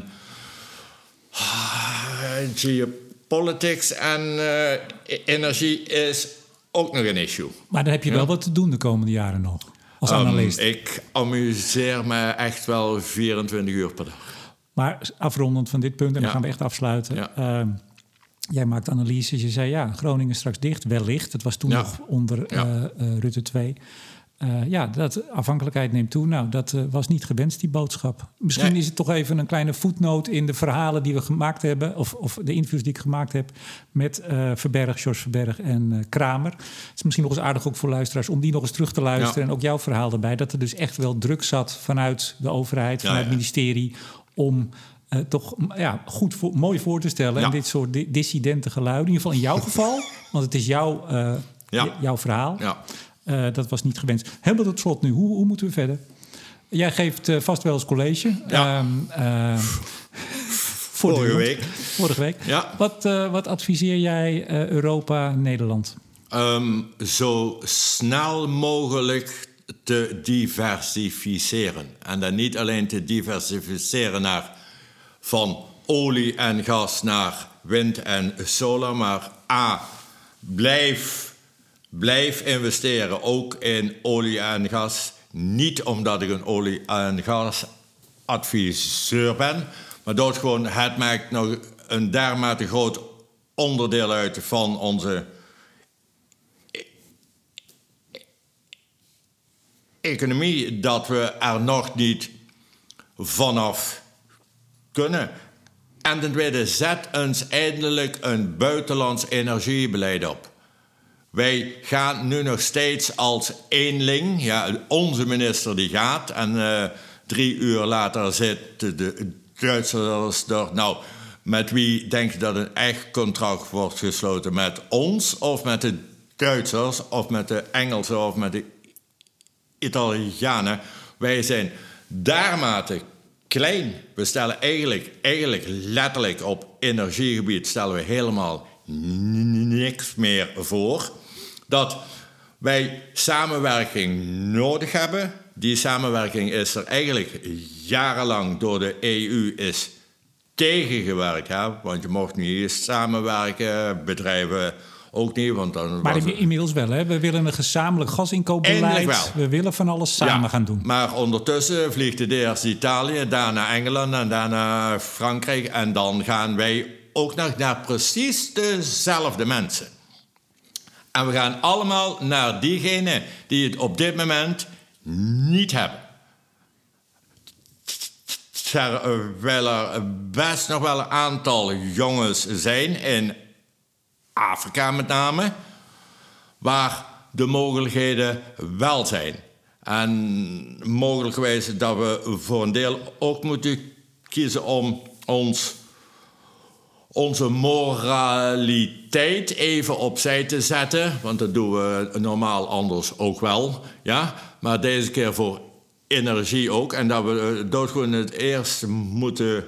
[SPEAKER 2] uh, geopolitics en uh, energie is ook nog een issue.
[SPEAKER 1] Maar dan heb je ja? wel wat te doen de komende jaren nog, als um, analist.
[SPEAKER 2] Ik amuseer me echt wel vierentwintig uur per dag.
[SPEAKER 1] Maar afrondend van dit punt, en ja. dan gaan we echt afsluiten.
[SPEAKER 2] Ja.
[SPEAKER 1] Uh, jij maakt analyses. Je zei, ja, Groningen straks dicht, wellicht. Het was toen ja. nog onder ja. uh, uh, Rutte twee. Uh, ja, dat afhankelijkheid neemt toe. Nou, dat uh, was niet gewenst, die boodschap. Misschien nee. is het toch even een kleine voetnoot in de verhalen die we gemaakt hebben, of, of de interviews die ik gemaakt heb met uh, Verberg, George Verberg en uh, Kramer. Het is misschien nog eens aardig ook voor luisteraars om die nog eens terug te luisteren. Ja. En ook jouw verhaal erbij. Dat er dus echt wel druk zat vanuit de overheid, vanuit ja, ja. het ministerie, om uh, toch ja, goed voor, mooi voor te stellen. Ja. En dit soort di- dissidente geluiden. In ieder geval in jouw geval, want het is jouw, uh, ja. j- jouw verhaal.
[SPEAKER 2] Ja.
[SPEAKER 1] Uh, dat was niet gewenst. Helemaal tot slot nu. Hoe, hoe moeten we verder? Jij geeft uh, vast wel eens college.
[SPEAKER 2] Ja.
[SPEAKER 1] Um, uh,
[SPEAKER 2] Vorige week.
[SPEAKER 1] Vorige week.
[SPEAKER 2] Ja.
[SPEAKER 1] Wat, uh, wat adviseer jij uh, Europa, Nederland?
[SPEAKER 2] Um, zo snel mogelijk te diversificeren. En dan niet alleen te diversificeren naar van olie en gas naar wind en solar, maar A, blijf, blijf investeren ook in olie en gas. Niet omdat ik een olie- en gasadviseur ben, maar dat gewoon, het maakt nog een dermate groot onderdeel uit van onze economie dat we er nog niet vanaf kunnen. En ten tweede, zet ons eindelijk een buitenlands energiebeleid op. Wij gaan nu nog steeds als eenling, ja, onze minister die gaat en uh, drie uur later zitten de Duitsers er. Nou, met wie denk je dat een echt contract wordt gesloten? Met ons of met de Duitsers of met de Engelsen of met de Italianen? Wij zijn daarmate klein. We stellen eigenlijk, eigenlijk letterlijk op energiegebied stellen we helemaal niks meer voor. Dat wij samenwerking nodig hebben. Die samenwerking is er eigenlijk jarenlang door de E U is tegengewerkt. Hè? Want je mocht niet eens samenwerken, bedrijven ook niet. Want dan
[SPEAKER 1] maar
[SPEAKER 2] was het...
[SPEAKER 1] inmiddels wel, hè? We willen een gezamenlijk gasinkoopbeleid. We willen van alles samen
[SPEAKER 2] ja,
[SPEAKER 1] gaan doen.
[SPEAKER 2] Maar ondertussen vliegt het eerst Italië, daarna Engeland en daarna Frankrijk. En dan gaan wij ook nog naar precies dezelfde mensen. En we gaan allemaal naar diegenen die het op dit moment niet hebben. Terwijl er best nog wel een aantal jongens zijn, in Afrika met name, waar de mogelijkheden wel zijn. En mogelijkwijs dat we voor een deel ook moeten kiezen om ons... onze moraliteit even opzij te zetten. Want dat doen we normaal anders ook wel. Ja? Maar deze keer voor energie ook. En dat we doodgewoon het eerst moeten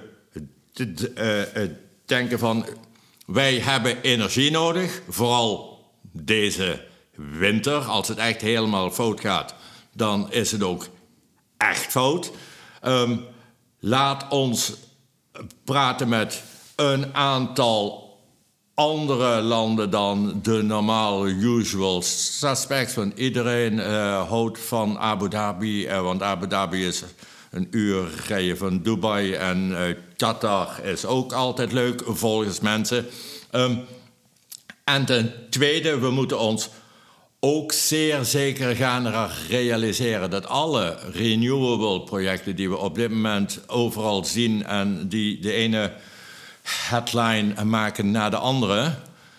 [SPEAKER 2] denken van... wij hebben energie nodig. Vooral deze winter. Als het echt helemaal fout gaat, dan is het ook echt fout. Um, laat ons praten met een aantal andere landen dan de normaal usual suspects. Want iedereen uh, houdt van Abu Dhabi. Uh, want Abu Dhabi is een uur rijden van Dubai. En uh, Qatar is ook altijd leuk volgens mensen. Um, en ten tweede, we moeten ons ook zeer zeker gaan realiseren dat alle renewable projecten die we op dit moment overal zien en die de ene headline maken na de andere.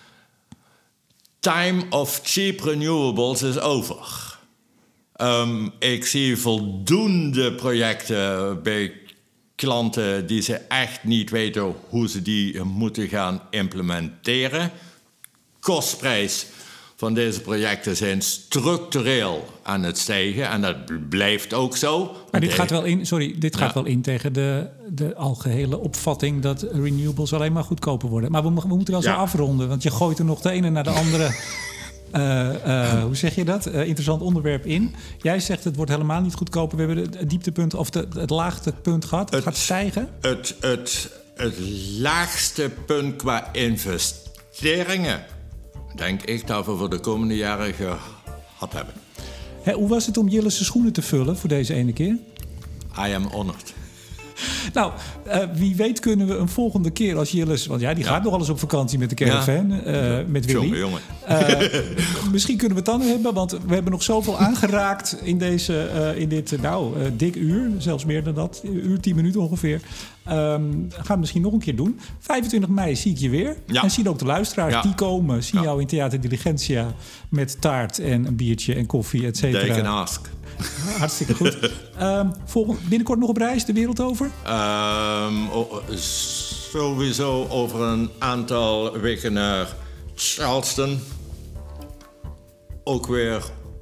[SPEAKER 2] Time of cheap renewables is over. Um, ik zie voldoende projecten bij klanten die ze echt niet weten hoe ze die moeten gaan implementeren. Kostprijs van deze projecten zijn structureel aan het stijgen. En dat blijft ook zo.
[SPEAKER 1] Maar dit gaat wel in, sorry, dit gaat ja. wel in tegen de, de algehele opvatting dat renewables alleen maar goedkoper worden. Maar we, we moeten wel ja. zo afronden, want je gooit er nog de ene naar de andere. uh, uh, hoe zeg je dat? Uh, interessant onderwerp in. Jij zegt het wordt helemaal niet goedkoper. We hebben het dieptepunt of de, het laagste punt gehad. Het, het gaat stijgen.
[SPEAKER 2] Het, het, het laagste punt qua investeringen, denk ik dat we voor de komende jaren gehad hebben.
[SPEAKER 1] Hey, hoe was het om Jillis' schoenen te vullen voor deze ene keer?
[SPEAKER 2] I am honored.
[SPEAKER 1] Nou, uh, wie weet kunnen we een volgende keer als Jillis... want ja, die gaat ja. nog wel eens op vakantie met de caravan, ja. uh, met Willy.
[SPEAKER 2] Jongen, jongen.
[SPEAKER 1] Uh, misschien kunnen we het dan hebben, want we hebben nog zoveel aangeraakt in, deze, uh, in dit, nou, uh, dik uur. Zelfs meer dan dat, een uur, tien minuten ongeveer. Um, gaan we misschien nog een keer doen. vijfentwintig mei zie ik je weer. Ja. En zien ook de luisteraars ja. die komen. Zien ja. jou in Theater Diligentia met taart en een biertje en koffie, et cetera.
[SPEAKER 2] They can ask.
[SPEAKER 1] Hartstikke goed. Um, volgend, binnenkort nog op reis de wereld over?
[SPEAKER 2] Um, oh, sowieso over een aantal weken naar Charleston. Ook weer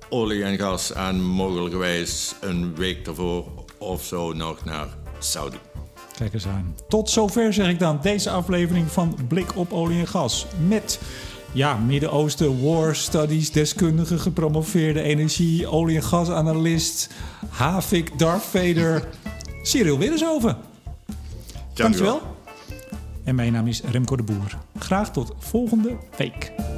[SPEAKER 2] olie en gas en mogelijkerwijs een week ervoor of zo nog naar Saudi.
[SPEAKER 1] Kijk eens aan. Tot zover zeg ik dan deze aflevering van Blik op olie en gas. Met ja, Midden-Oosten War Studies deskundige, gepromoveerde energie, olie- en gasanalist, Havik, Darth Vader, Cyril Widdershoven. Dankjewel. En mijn naam is Remco de Boer. Graag tot volgende week.